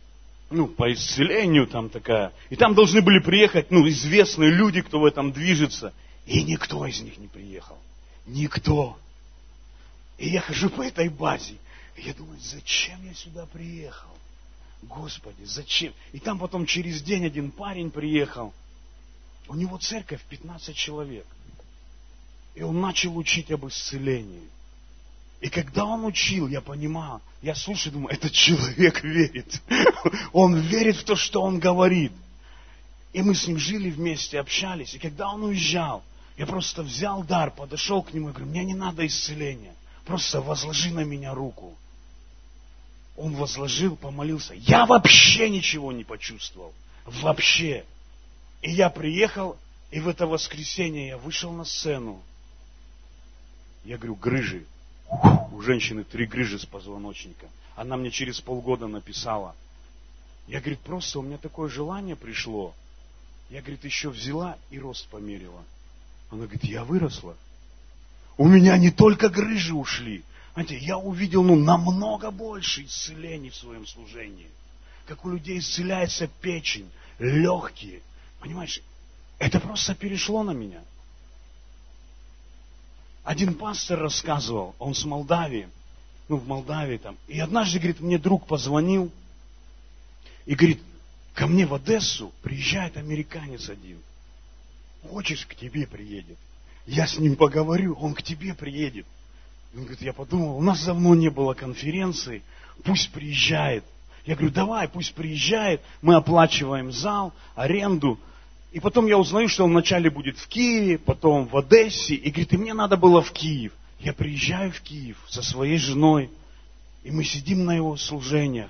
по исцелению там такая. И там должны были приехать, известные люди, кто в этом движется. И никто из них не приехал. Никто. И я хожу по этой базе. И я думаю, зачем я сюда приехал? Господи, зачем? И там потом через день один парень приехал. У него церковь 15 человек. И он начал учить об исцелении. И когда он учил, я понимал, я слушаю, думаю, этот человек верит. Он верит в то, что он говорит. И мы с ним жили вместе, общались. И когда он уезжал, я просто взял дар, подошел к нему и говорю, мне не надо исцеления. Просто возложи на меня руку. Он возложил, помолился. Я вообще ничего не почувствовал. Вообще. И я приехал, и в это воскресенье я вышел на сцену. Я говорю, грыжи. У женщины 3 грыжи с позвоночника. Она мне через полгода написала. Я, говорит, просто у меня такое желание пришло. Я, говорит, еще взяла и рост померила. Она говорит, я выросла. У меня не только грыжи ушли. Знаете, я увидел, намного больше исцелений в своем служении. Как у людей исцеляется печень, легкие. Понимаешь, это просто перешло на меня. Один пастор рассказывал, он с Молдавии, в Молдавии там. И однажды, говорит, мне друг позвонил и говорит, ко мне в Одессу приезжает американец один. Хочешь, к тебе приедет. Я с ним поговорю, он к тебе приедет. Он говорит, я подумал, у нас давно не было конференции, пусть приезжает. Я говорю, давай, пусть приезжает, мы оплачиваем зал, аренду. И потом я узнаю, что он вначале будет в Киеве, потом в Одессе. И говорит, и мне надо было в Киев. Я приезжаю в Киев со своей женой, и мы сидим на его служениях.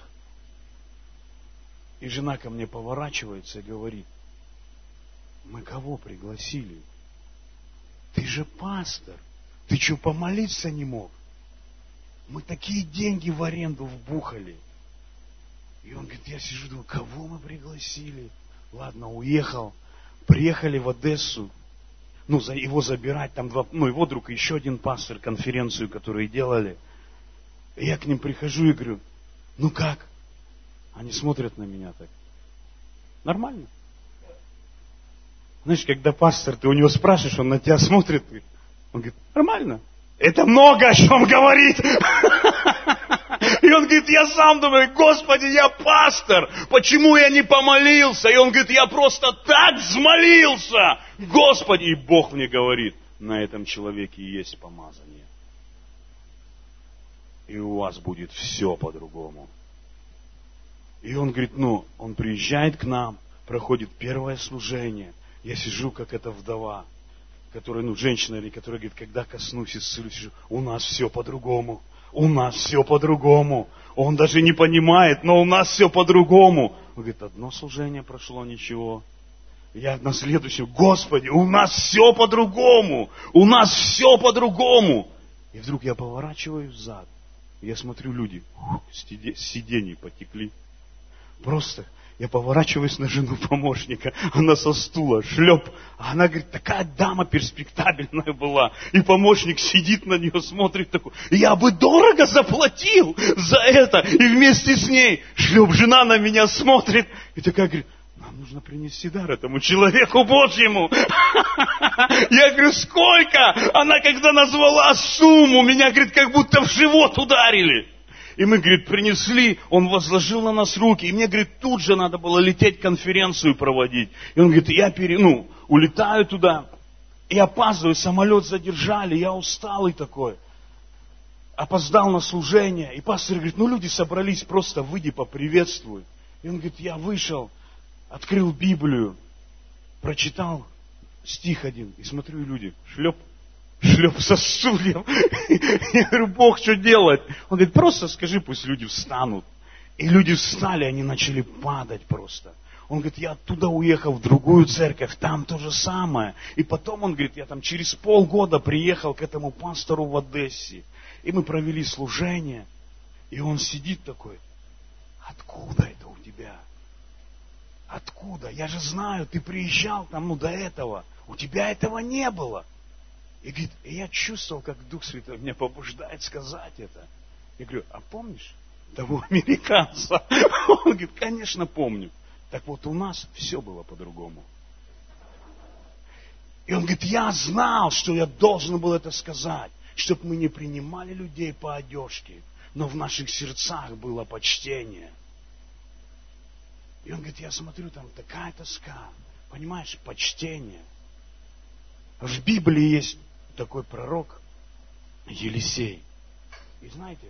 И жена ко мне поворачивается и говорит, мы кого пригласили? Ты же пастор. Ты что, помолиться не мог? Мы такие деньги в аренду вбухали. И он говорит, я сижу, думаю, кого мы пригласили? Ладно, уехал. Приехали в Одессу. Его забирать. Там его друг и еще один пастор, конференцию, которую делали. И я к ним прихожу и говорю, как? Они смотрят на меня так. Нормально. Знаешь, когда пастор, ты у него спрашиваешь, он на тебя смотрит, он говорит, нормально. Это много о чем говорит. И он говорит, я сам думаю, Господи, я пастор, почему я не помолился? И он говорит, я просто так взмолился. Господи, и Бог мне говорит, на этом человеке есть помазание. И у вас будет все по-другому. И он говорит, он приезжает к нам, проходит первое служение. Я сижу, как эта вдова, которая, женщина, или которая говорит, когда коснусь исцелюсь, у нас все по-другому. У нас все по-другому. Он даже не понимает, но у нас все по-другому. Он говорит, одно служение прошло, ничего. Я на следующем, Господи, у нас все по-другому. У нас все по-другому. И вдруг я поворачиваюсь взад. Я смотрю, люди с сидений потекли. Просто я поворачиваюсь на жену помощника. Она со стула, шлеп. А она говорит, такая дама перспектабельная была. И помощник сидит на нее, смотрит такой. Я бы дорого заплатил за это. И вместе с ней шлеп, жена на меня смотрит. И такая говорит, нам нужно принести дар этому человеку Божьему. Я говорю, сколько? Она когда назвала сумму, меня, говорит, как будто в живот ударили. И мы, говорит, принесли, он возложил на нас руки. И мне, говорит, тут же надо было лететь конференцию проводить. И он говорит, я улетаю туда. И опаздываю, самолет задержали, я усталый такой. Опоздал на служение. И пастор говорит, люди собрались, просто выйди, поприветствуй. И он говорит, я вышел, открыл Библию, прочитал стих один. И смотрю, и люди, шлеп со стульев. Я говорю, Бог, что делать? Он говорит, просто скажи, пусть люди встанут. И люди встали, они начали падать просто. Он говорит, я оттуда уехал в другую церковь, там то же самое. И потом, он говорит, я там через полгода приехал к этому пастору в Одессе. И мы провели служение. И он сидит такой, откуда это у тебя? Откуда? Я же знаю, ты приезжал там, до этого. У тебя этого не было. И говорит, я чувствовал, как Дух Святой меня побуждает сказать это. Я говорю, а помнишь того американца? Он говорит, конечно, помню. Так вот, у нас все было по-другому. И он говорит, я знал, что я должен был это сказать, чтобы мы не принимали людей по одежке, но в наших сердцах было почтение. И он говорит, я смотрю, там такая тоска. Понимаешь, почтение. В Библии есть такой пророк Елисей. И знаете,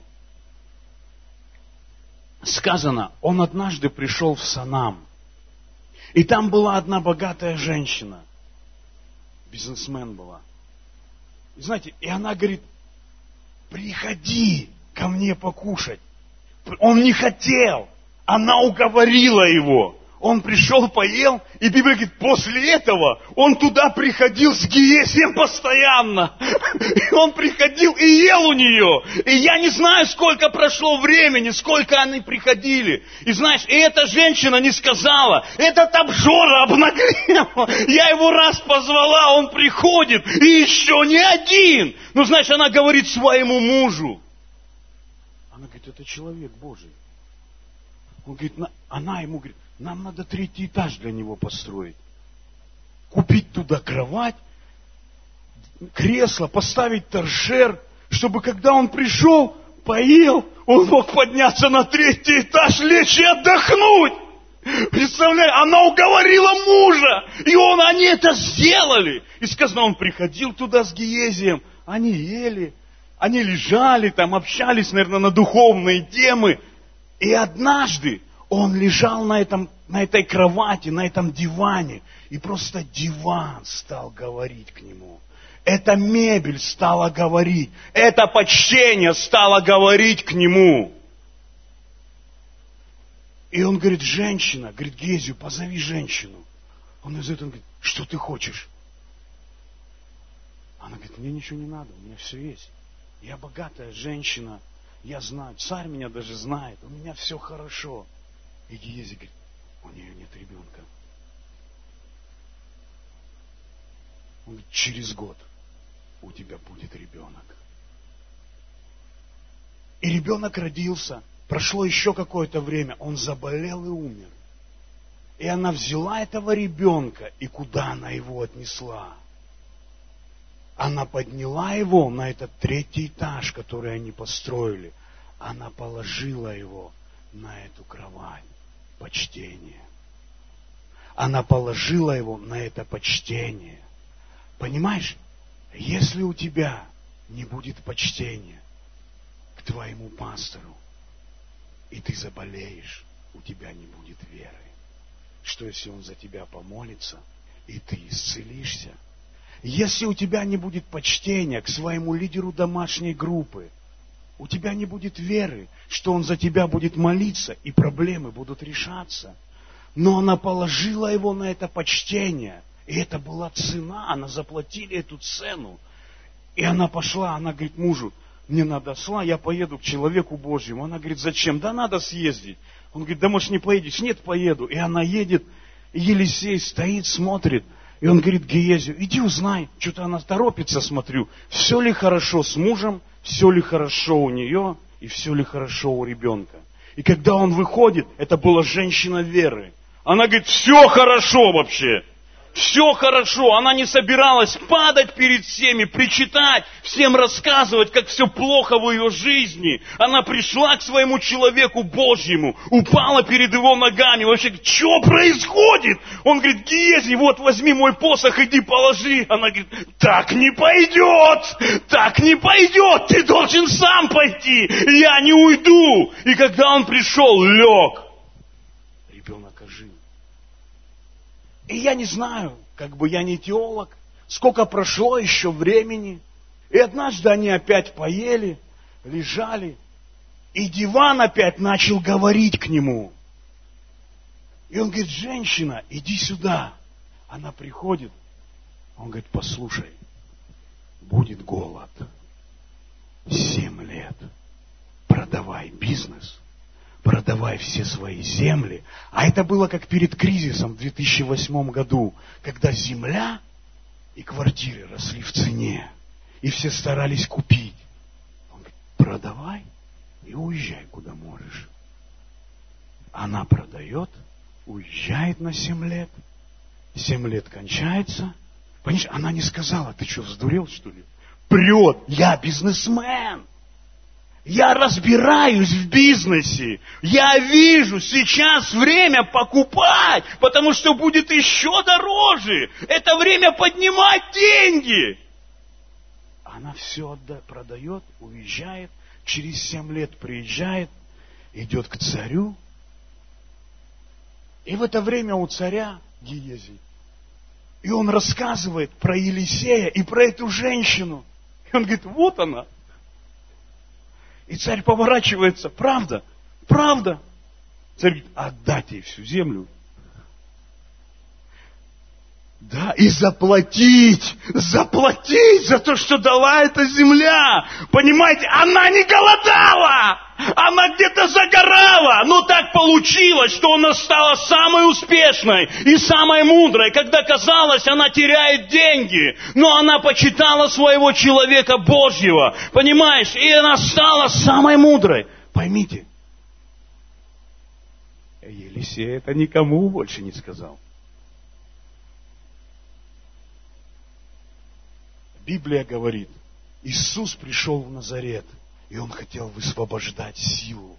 сказано, он однажды пришел в Санам. И там была одна богатая женщина. Бизнесмен была. И знаете, и она говорит, приходи ко мне покушать. Он не хотел. Она уговорила его. Он пришел, поел, и Библия говорит, после этого он туда приходил с Гиезием постоянно. И он приходил и ел у нее. И я не знаю, сколько прошло времени, сколько они приходили. И знаешь, и эта женщина не сказала, этот обжора обнаглел. Я его раз позвала, он приходит, и еще не один. Ну, знаешь, она говорит своему мужу. Она говорит, это человек Божий. Он говорит, она ему говорит, нам надо 3-й этаж для него построить. Купить туда кровать, кресло, поставить торшер, чтобы когда он пришел, поел, он мог подняться на 3-й этаж, лечь и отдохнуть. Представляешь, она уговорила мужа, и они это сделали. И сказано, он приходил туда с Гиезием, они ели, они лежали там, общались, наверное, на духовные темы. И однажды он лежал на этой кровати, на этом диване, и просто диван стал говорить к нему. Эта мебель стала говорить, это почтение стало говорить к нему. И он говорит, женщина, говорит, Гезию, позови женщину. Он из этого говорит, что ты хочешь? Она говорит, мне ничего не надо, у меня все есть. Я богатая женщина. Я знаю, царь меня даже знает, у меня все хорошо. И Гиези говорит, у нее нет ребенка. Он говорит, через год у тебя будет ребенок. И ребенок родился. Прошло еще какое-то время, он заболел и умер. И она взяла этого ребенка, и куда она его отнесла? Она подняла его на этот 3-й этаж, который они построили. Она положила его на эту кровать. Почтение. Она положила его на это почтение. Понимаешь, если у тебя не будет почтения к твоему пастору, и ты заболеешь, у тебя не будет веры. Что если он за тебя помолится, и ты исцелишься. Если у тебя не будет почтения к своему лидеру домашней группы, у тебя не будет веры, что он за тебя будет молиться, и проблемы будут решаться. Но она положила его на это почтение, и это была цена, она заплатила эту цену. И она пошла, она говорит мужу: мне надо осла, я поеду к человеку Божьему. Она говорит: зачем? Да надо съездить. Он говорит: да может не поедешь? Нет, поеду. И она едет, и Елисей стоит, смотрит. И он говорит Геезию: иди узнай, что-то она торопится, смотрю, все ли хорошо с мужем, все ли хорошо у нее, и все ли хорошо у ребенка. И когда он выходит, это была женщина веры. Она говорит: все хорошо вообще. Все хорошо, она не собиралась падать перед всеми, причитать, всем рассказывать, как все плохо в ее жизни. Она пришла к своему человеку Божьему, упала перед его ногами. Вообще, что происходит? Он говорит: Геезий, вот возьми мой посох, иди положи. Она говорит: так не пойдет, так не пойдет, ты должен сам пойти, я не уйду. И когда он пришел, лег, ребенок ожил. И я не знаю, я не теолог, сколько прошло еще времени. И однажды они опять поели, лежали, и диван опять начал говорить к нему. И он говорит: женщина, иди сюда. Она приходит, он говорит: послушай, будет голод 7 лет, продавай бизнес, продавай все свои земли. А это было как перед кризисом в 2008 году, когда земля и квартиры росли в цене, и все старались купить. Он говорит: продавай и уезжай куда можешь. Она продает, уезжает на 7 лет. 7 лет кончается. Понимаешь, она не сказала: ты что, вздурел, что ли? Прет, я бизнесмен. Я разбираюсь в бизнесе. Я вижу сейчас время покупать, потому что будет еще дороже. Это время поднимать деньги. Она все продает, уезжает, через 7 лет приезжает, идет к царю. И в это время у царя Геезий. И он рассказывает про Елисея и про эту женщину. И он говорит: вот она. И царь поворачивается: правда, правда. Царь говорит: отдать ей всю землю. Да, и заплатить за то, что дала эта земля. Понимаете, она не голодала, она где-то загорала. Но так получилось, что она стала самой успешной и самой мудрой, когда казалось, она теряет деньги. Но она почитала своего человека Божьего, понимаешь, и она стала самой мудрой. Поймите, Елисей это никому больше не сказал. Библия говорит, Иисус пришел в Назарет, и Он хотел высвобождать силу.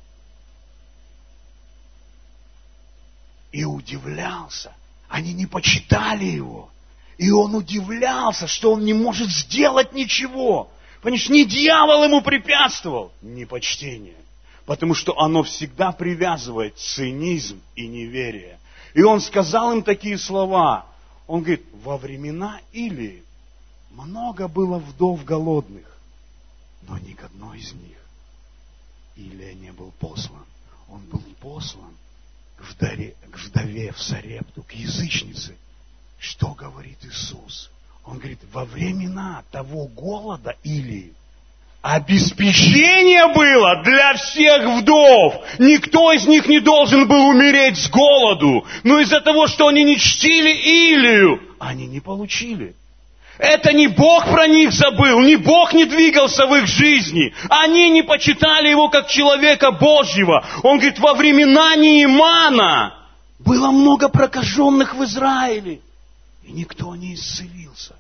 И удивлялся. Они не почитали Его. И Он удивлялся, что Он не может сделать ничего. Понимаешь, не дьявол Ему препятствовал, не почтение. Потому что оно всегда привязывает цинизм и неверие. И Он сказал им такие слова. Он говорит: во времена Илии много было вдов голодных, но ни к одной из них Илия не был послан. Он был послан к вдове в Сарепту, к язычнице. Что говорит Иисус? Он говорит: во времена того голода Илии обеспечение было для всех вдов. Никто из них не должен был умереть с голоду. Но из-за того, что они не чтили Илию, они не получили. Это не Бог про них забыл, не Бог не двигался в их жизни. Они не почитали Его как человека Божьего. Он говорит: во времена Неемана было много прокаженных в Израиле, и никто не исцелился.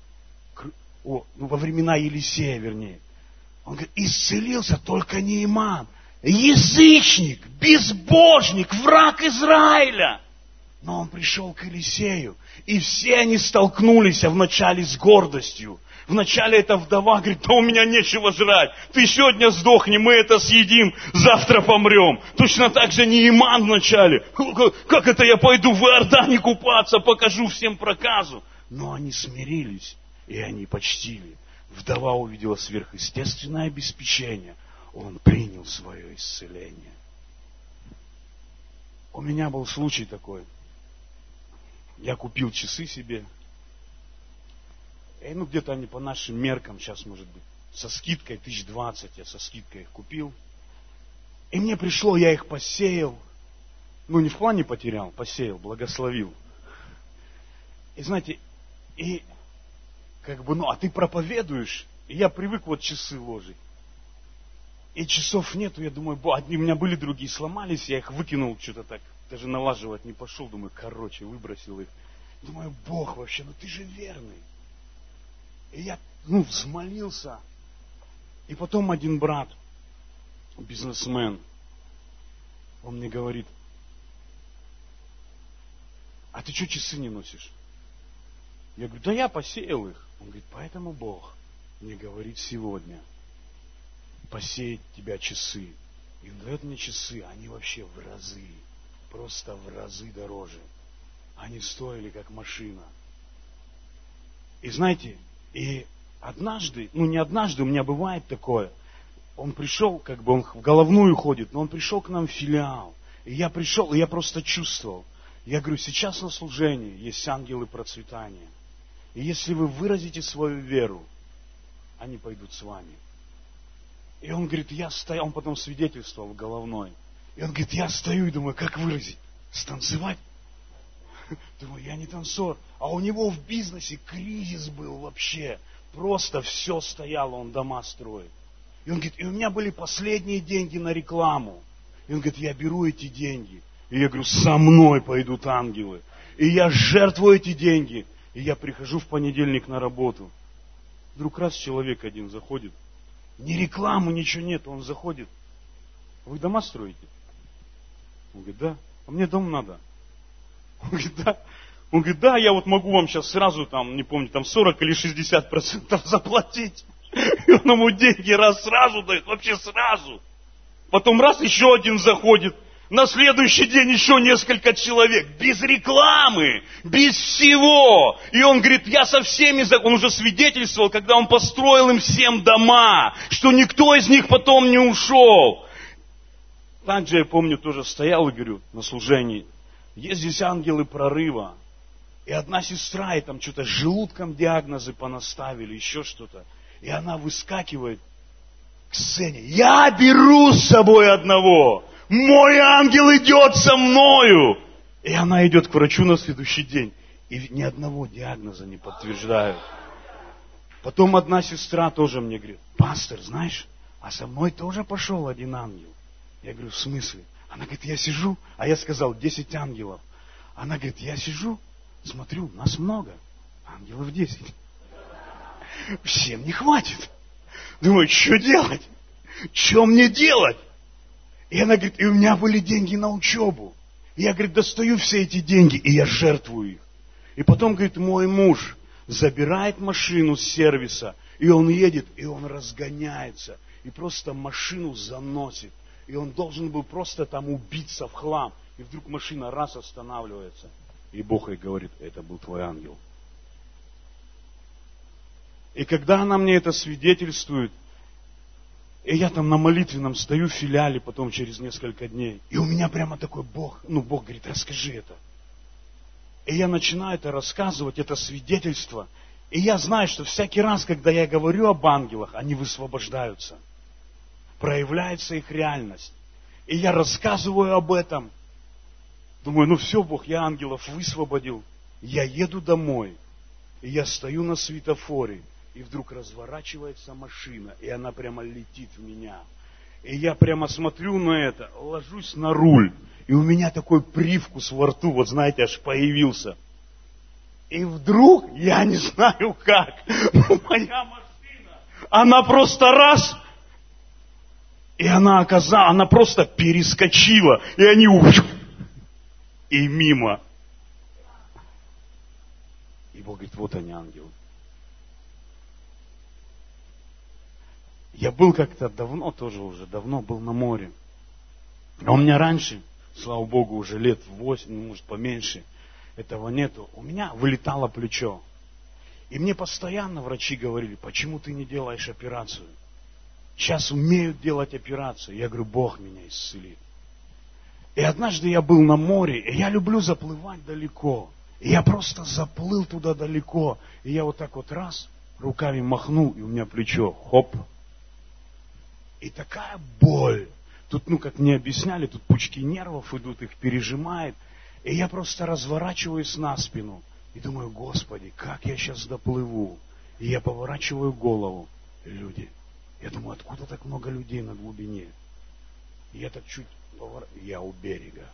Во времена Елисея, вернее. Он говорит: исцелился только Нееман, язычник, безбожник, враг Израиля. Но он пришел к Елисею, и все они столкнулись вначале с гордостью, Вначале эта вдова говорит, да у меня нечего жрать. Ты сегодня сдохни, мы это съедим, завтра помрем. Точно так же Нееман вначале. Как это я пойду в Иордане купаться, покажу всем проказу. Но они смирились, и они почтили. Вдова увидела сверхъестественное обеспечение. Он принял свое исцеление. У меня был случай такой. Я купил часы себе. И где-то они по нашим меркам, сейчас может быть, со скидкой 1020, я со скидкой их купил. И мне пришло, я их посеял. Не в плане потерял, посеял, благословил. И знаете, а ты проповедуешь, и я привык часы ложить. И часов нету, я думаю, одни у меня были, другие сломались, я их выкинул что-то так, даже налаживать не пошел, думаю, выбросил их. Думаю, Бог вообще, ты же верный. И я, взмолился. И потом один брат, бизнесмен, он мне говорит, а ты что часы не носишь? Я говорю, да я посеял их. Он говорит, поэтому Бог мне говорит сегодня посеять тебя часы. И он дает мне часы, они вообще в разы, просто в разы дороже. Они стоили как машина. И знаете, и однажды, не однажды, у меня бывает такое, он пришел, он в головную ходит, но он пришел к нам в филиал. И я пришел, и я просто чувствовал. Я говорю, сейчас на служении есть ангелы процветания. И если вы выразите свою веру, они пойдут с вами. И он говорит, я стою, он потом свидетельствовал в головной. И он говорит, я стою и думаю, как выразить? Станцевать? Думаю, я не танцор. А у него в бизнесе кризис был вообще. Просто все стояло, он дома строит. И он говорит, и у меня были последние деньги на рекламу. И он говорит, я беру эти деньги. И я говорю, со мной пойдут ангелы. И я жертвую эти деньги. И я прихожу в понедельник на работу. Вдруг раз человек один заходит. Ни рекламы, ничего нет. Он заходит. Вы дома строите? Он говорит, да. А мне дом надо. Он говорит, да. Он говорит, да, я могу вам сейчас сразу, не помню, 40 или 60% заплатить. И он ему деньги сразу дает, вообще сразу. Потом еще один заходит. На следующий день еще несколько человек. Без рекламы, без всего. И он говорит, я со всеми, он уже свидетельствовал, когда он построил им всем дома, что никто из них потом не ушел. Также я помню, тоже стоял и говорю на служении, есть здесь ангелы прорыва. И одна сестра, и там что-то с желудком диагнозы понаставили, еще что-то. И она выскакивает к сцене. Я беру с собой одного. Мой ангел идет со мною. И она идет к врачу на следующий день. И ни одного диагноза не подтверждают. Потом одна сестра тоже мне говорит, пастор, знаешь, а со мной тоже пошел один ангел. Я говорю, в смысле? Она говорит, я сижу, а я сказал 10 ангелов. Она говорит, я сижу, смотрю, нас много, ангелов 10. Всем не хватит. Думаю, что делать? Что мне делать? И она говорит, и у меня были деньги на учебу. И я, говорит, достаю все эти деньги, и я жертвую их. И потом, говорит, мой муж забирает машину с сервиса, и он едет, и он разгоняется, и просто машину заносит. И он должен был просто там убиться в хлам. И вдруг машина раз останавливается. И Бог ей говорит, это был твой ангел. И когда она мне это свидетельствует, и я там на молитвенном стою в филиале потом через несколько дней, и у меня прямо такой Бог говорит, расскажи это. И я начинаю это рассказывать, это свидетельство. И я знаю, что всякий раз, когда я говорю об ангелах, они высвобождаются. Проявляется их реальность. И я рассказываю об этом. Думаю, все, Бог, я ангелов высвободил. Я еду домой. И я стою на светофоре. И вдруг разворачивается машина. И она прямо летит в меня. И я прямо смотрю на это. Ложусь на руль. И у меня такой привкус во рту. Знаете, аж появился. И вдруг, я не знаю как, моя машина, она просто раз... И она просто перескочила. И они и мимо. И Бог говорит, вот они, ангелы. Я был как-то давно, тоже уже давно был на море. А у меня раньше, слава Богу, уже лет 8, может поменьше, этого нету. У меня вылетало плечо. И мне постоянно врачи говорили, почему ты не делаешь операцию? Сейчас умеют делать операцию. Я говорю, Бог меня исцелит. И однажды я был на море, и я люблю заплывать далеко. И я просто заплыл туда далеко. И я вот так вот раз, руками махнул, и у меня плечо, хоп. И такая боль. Тут, как мне объясняли, тут пучки нервов идут, их пережимает. И я просто разворачиваюсь на спину. И думаю, Господи, как я сейчас доплыву? И я поворачиваю голову. Люди. Я думаю, откуда так много людей на глубине? И я так чуть поворачиваю. Я у берега.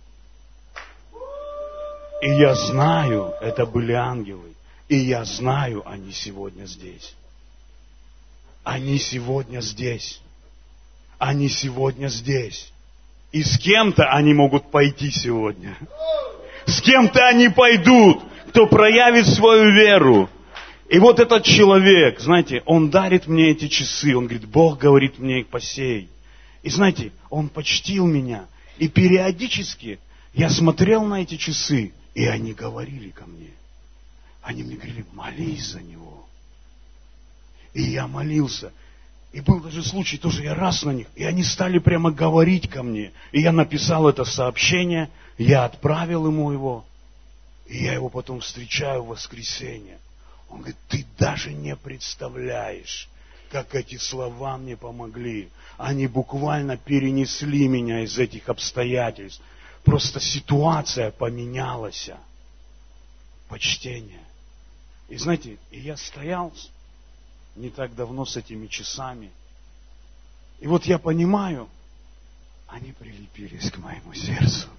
И я знаю, это были ангелы. И я знаю, они сегодня здесь. Они сегодня здесь. Они сегодня здесь. И с кем-то они могут пойти сегодня. С кем-то они пойдут, кто проявит свою веру. И вот этот человек, знаете, он дарит мне эти часы. Он говорит, Бог говорит мне их посей. И знаете, он почтил меня. И периодически я смотрел на эти часы, и они говорили ко мне. Они мне говорили, молись за него. И я молился. И был даже случай, тоже я раз на них, и они стали прямо говорить ко мне. И я написал это сообщение, я отправил ему его, и я его потом встречаю в воскресенье. Он говорит, ты даже не представляешь, как эти слова мне помогли. Они буквально перенесли меня из этих обстоятельств. Просто ситуация поменялась. Почтение. И знаете, и я стоял не так давно с этими часами. И вот я понимаю, они прилепились к моему сердцу.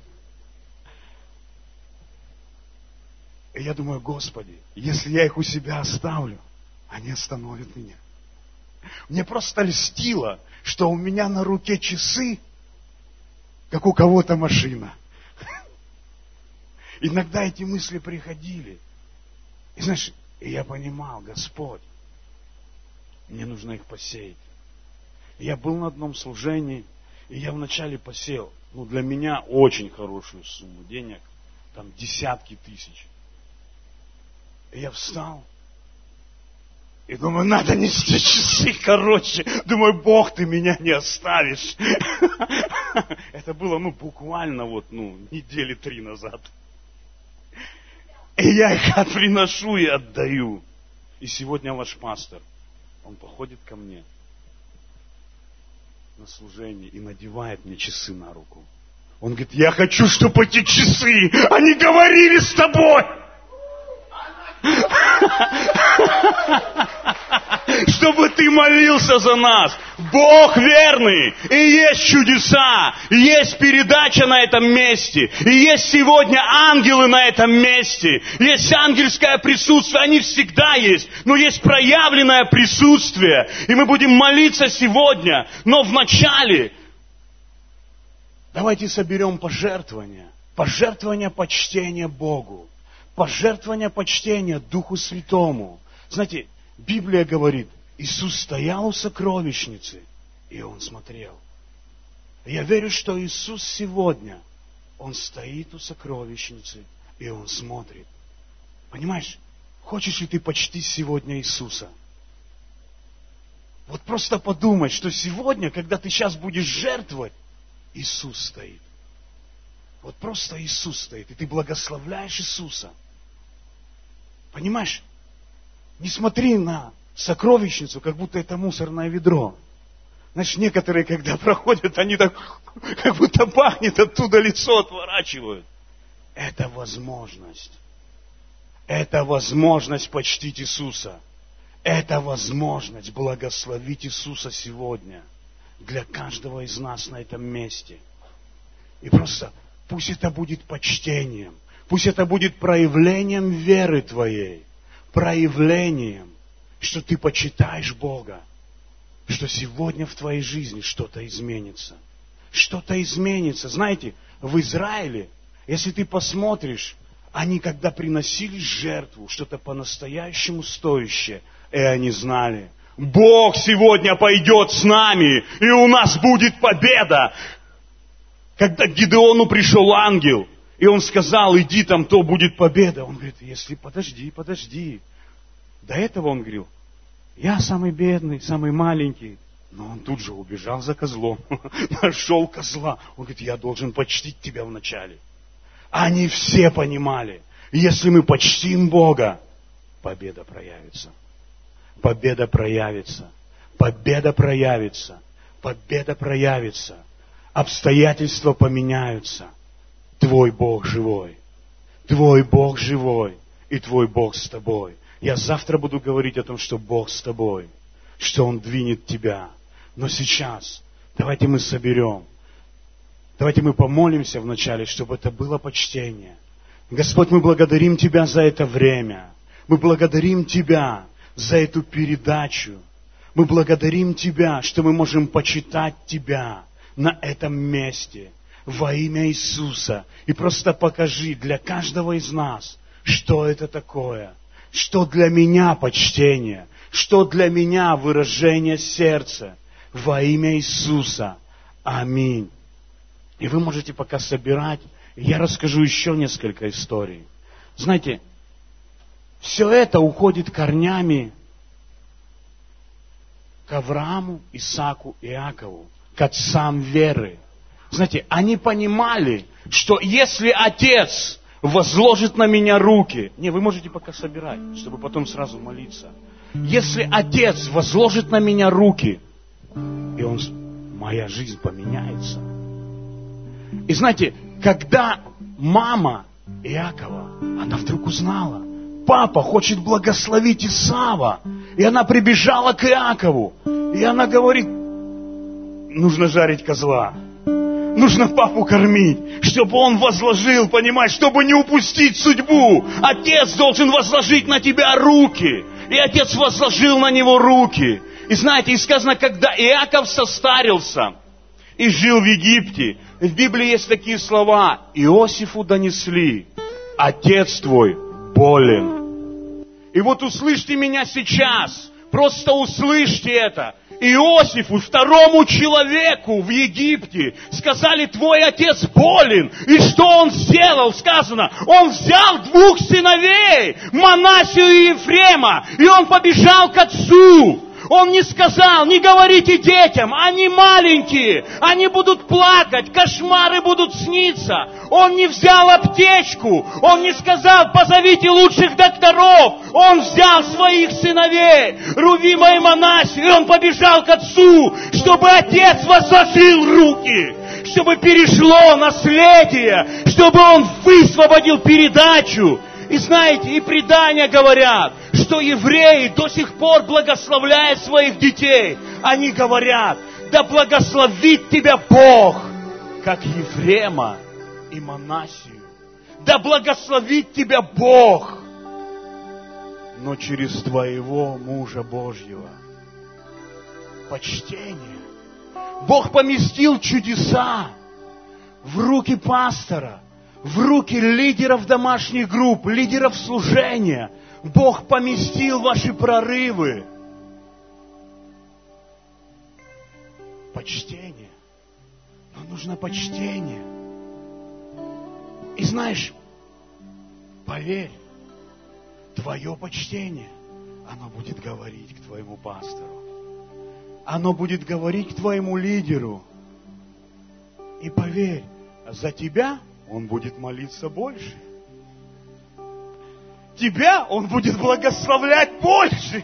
И я думаю, Господи, если я их у себя оставлю, они остановят меня. Мне просто льстило, что у меня на руке часы, как у кого-то машина. Иногда эти мысли приходили. И знаешь, и я понимал, Господь, мне нужно их посеять. Я был на одном служении, и я вначале посеял, для меня очень хорошую сумму денег, там десятки тысяч. И я встал, и думаю, надо нести часы, Думаю, Бог, ты меня не оставишь. Это было, буквально недели 3 назад. И я их приношу и отдаю. И сегодня ваш пастор, он походит ко мне на служение и надевает мне часы на руку. Он говорит, я хочу, чтобы эти часы, они говорили с тобой. Чтобы ты молился за нас. Бог верный. И есть чудеса. И есть передача на этом месте. И есть сегодня ангелы на этом месте. Есть ангельское присутствие. Они всегда есть. Но есть проявленное присутствие. И мы будем молиться сегодня. Но вначале давайте соберем пожертвования. Пожертвования почтения Богу. Пожертвование почтения Духу Святому. Знаете, Библия говорит, Иисус стоял у сокровищницы, и Он смотрел. Я верю, что Иисус сегодня, Он стоит у сокровищницы, и Он смотрит. Понимаешь, хочешь ли ты почтить сегодня Иисуса? Вот просто подумай, что сегодня, когда ты сейчас будешь жертвовать, Иисус стоит. Вот просто Иисус стоит, и ты благословляешь Иисуса. Понимаешь? Не смотри на сокровищницу, как будто это мусорное ведро. Знаешь, некоторые, когда проходят, они так, как будто пахнет, оттуда лицо отворачивают. Это возможность. Это возможность почтить Иисуса. Это возможность благословить Иисуса сегодня для каждого из нас на этом месте. И просто пусть это будет почтением. Пусть это будет проявлением веры твоей. Проявлением, что ты почитаешь Бога. Что сегодня в твоей жизни что-то изменится. Что-то изменится. Знаете, в Израиле, если ты посмотришь, они когда приносили жертву, что-то по-настоящему стоящее, и они знали, Бог сегодня пойдет с нами, и у нас будет победа. Когда к Гидеону пришел ангел, и он сказал, иди там, то будет победа. Он говорит, если подожди. До этого он говорил, я самый бедный, самый маленький. Но он тут же убежал за козлом, нашел козла. Он говорит, я должен почтить тебя вначале. Они все понимали, если мы почтим Бога, победа проявится. Победа проявится. Победа проявится. Победа проявится. Обстоятельства поменяются. Твой Бог живой. Твой Бог живой. И твой Бог с тобой. Я завтра буду говорить о том, что Бог с тобой. Что Он двинет тебя. Но сейчас давайте мы соберем. Давайте мы помолимся вначале, чтобы это было почтение. Господь, мы благодарим Тебя за это время. Мы благодарим Тебя за эту передачу. Мы благодарим Тебя, что мы можем почитать Тебя на этом месте во имя Иисуса. И просто покажи для каждого из нас, что это такое. Что для меня почтение. Что для меня выражение сердца. Во имя Иисуса. Аминь. И вы можете пока собирать. Я расскажу еще несколько историй. Знаете, все это уходит корнями к Аврааму, Исааку и Иакову, к отцам веры. Знаете, они понимали, что если отец возложит на меня руки... Не, вы можете пока собирать, чтобы потом сразу молиться. Если отец возложит на меня руки, и моя жизнь поменяется. И знаете, когда мама Иакова, она вдруг узнала, папа хочет благословить Исава, и она прибежала к Иакову, и она говорит, нужно жарить козла, нужно папу кормить, чтобы он возложил, понимаешь, чтобы не упустить судьбу. Отец должен возложить на тебя руки, и отец возложил на него руки. И знаете, и сказано, когда Иаков состарился и жил в Египте, в Библии есть такие слова, Иосифу донесли, отец твой болен. И вот услышьте меня сейчас, просто услышьте это. Иосифу, второму человеку в Египте, сказали, твой отец болен. И что он сделал? Сказано, он взял двух сыновей, Манасию и Ефрема, и он побежал к отцу. Он не сказал, не говорите детям, они маленькие, они будут плакать, кошмары будут сниться. Он не взял аптечку, он не сказал, позовите лучших докторов. Он взял своих сыновей, Рувима и Манасию, и он побежал к отцу, чтобы отец возложил руки, чтобы перешло наследие, чтобы он высвободил передачу. И знаете, и предания говорят, что евреи до сих пор благословляют своих детей. Они говорят, да благословит тебя Бог, как Ефрема и Манасию. Да благословит тебя Бог, но через твоего мужа Божьего. Почтение. Бог поместил чудеса в руки пастора, в руки лидеров домашних групп, лидеров служения. Бог поместил ваши прорывы. Почтение. Но нужно почтение. И знаешь, поверь, твое почтение, оно будет говорить к твоему пастору. Оно будет говорить к твоему лидеру. И поверь, за тебя он будет молиться больше. Тебя он будет благословлять больше.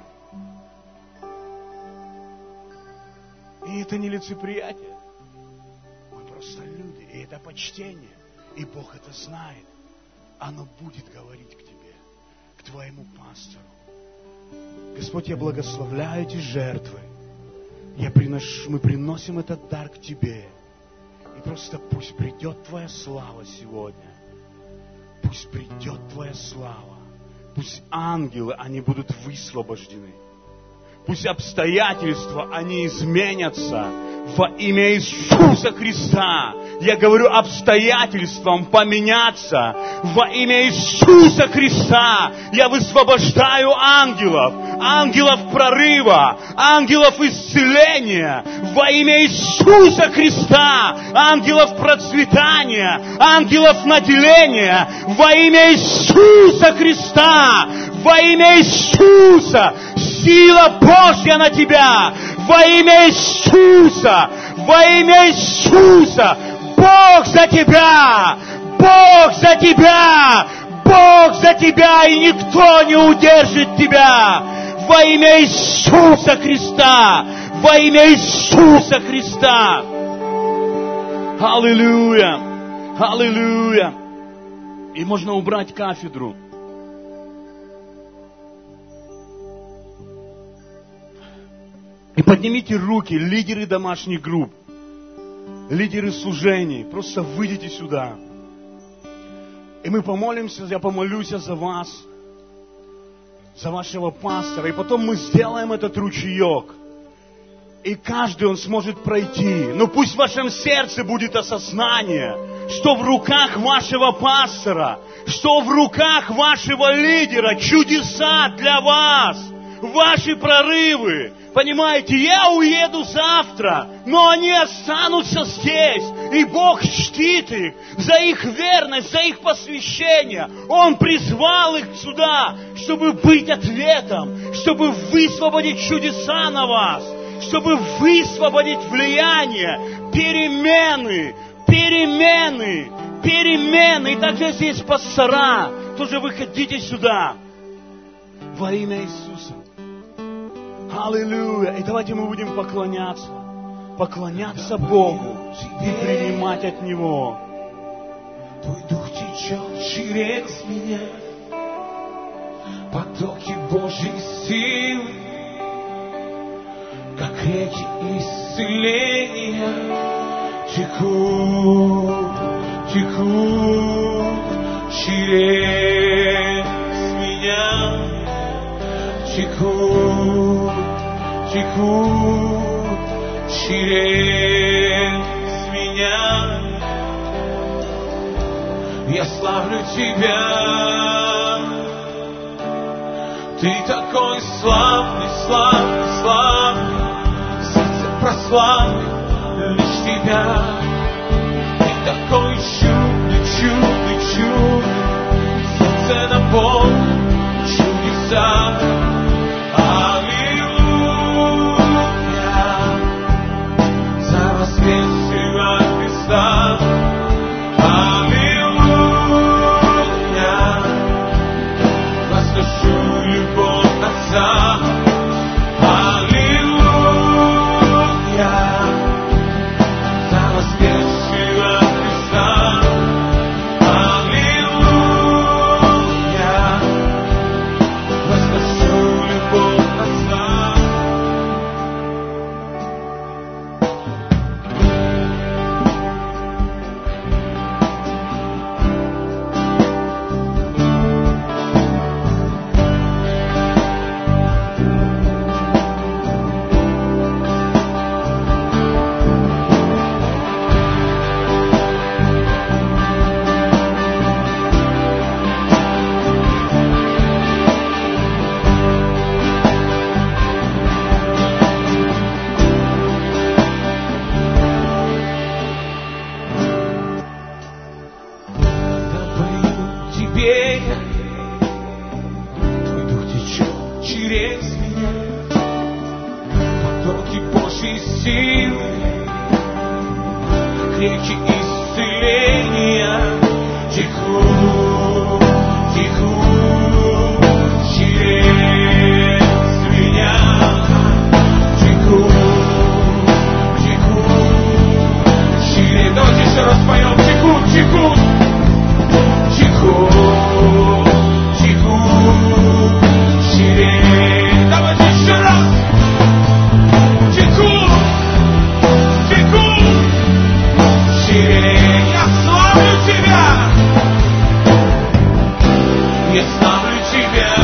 И это не лицеприятие. Мы просто люди. И это почтение. И Бог это знает. Оно будет говорить к тебе, к твоему пастору. Господь, я благословляю эти жертвы. Мы приносим этот дар к Тебе. И просто пусть придет Твоя слава сегодня. Пусть придет Твоя слава. Пусть ангелы, они будут высвобождены. Пусть обстоятельства, они изменятся во имя Иисуса Христа. Я говорю обстоятельствам поменяться во имя Иисуса Христа. Я высвобождаю ангелов. ангелов прорыва, ангелов исцеления во имя Иисуса Христа, ангелов процветания, ангелов наделения во имя Иисуса Христа, во имя Иисуса. Сила Божья на тебя во имя Иисуса, во имя Иисуса. Бог за тебя, Бог за тебя, Бог за тебя, и никто не удержит тебя. Во имя Иисуса Христа, во имя Иисуса Христа. Аллилуйя, аллилуйя. И можно убрать кафедру. И поднимите руки, лидеры домашних групп, лидеры служений. Просто выйдите сюда. И мы помолимся, я помолюсь за вас, за вашего пастора. И потом мы сделаем этот ручеек. И каждый он сможет пройти. Но пусть в вашем сердце будет осознание, что в руках вашего пастора, что в руках вашего лидера чудеса для вас, ваши прорывы. Понимаете, я уеду завтра, но они останутся здесь. И Бог чтит их за их верность, за их посвящение. Он призвал их сюда, чтобы быть ответом, чтобы высвободить чудеса на вас, чтобы высвободить влияние, перемены. И также здесь пастора, тоже выходите сюда во имя Иисуса. Аллилуйя. И давайте мы будем поклоняться Богу и принимать от Него. Твой дух течет через меня, потоки Божьей силы, как реки исцеления, текут через меня, текут через меня. Я славлю Тебя, Ты такой славный, сердце прославит лишь Тебя. Ты такой чудный, сердце наполнит чудеса. Я славлю Тебя.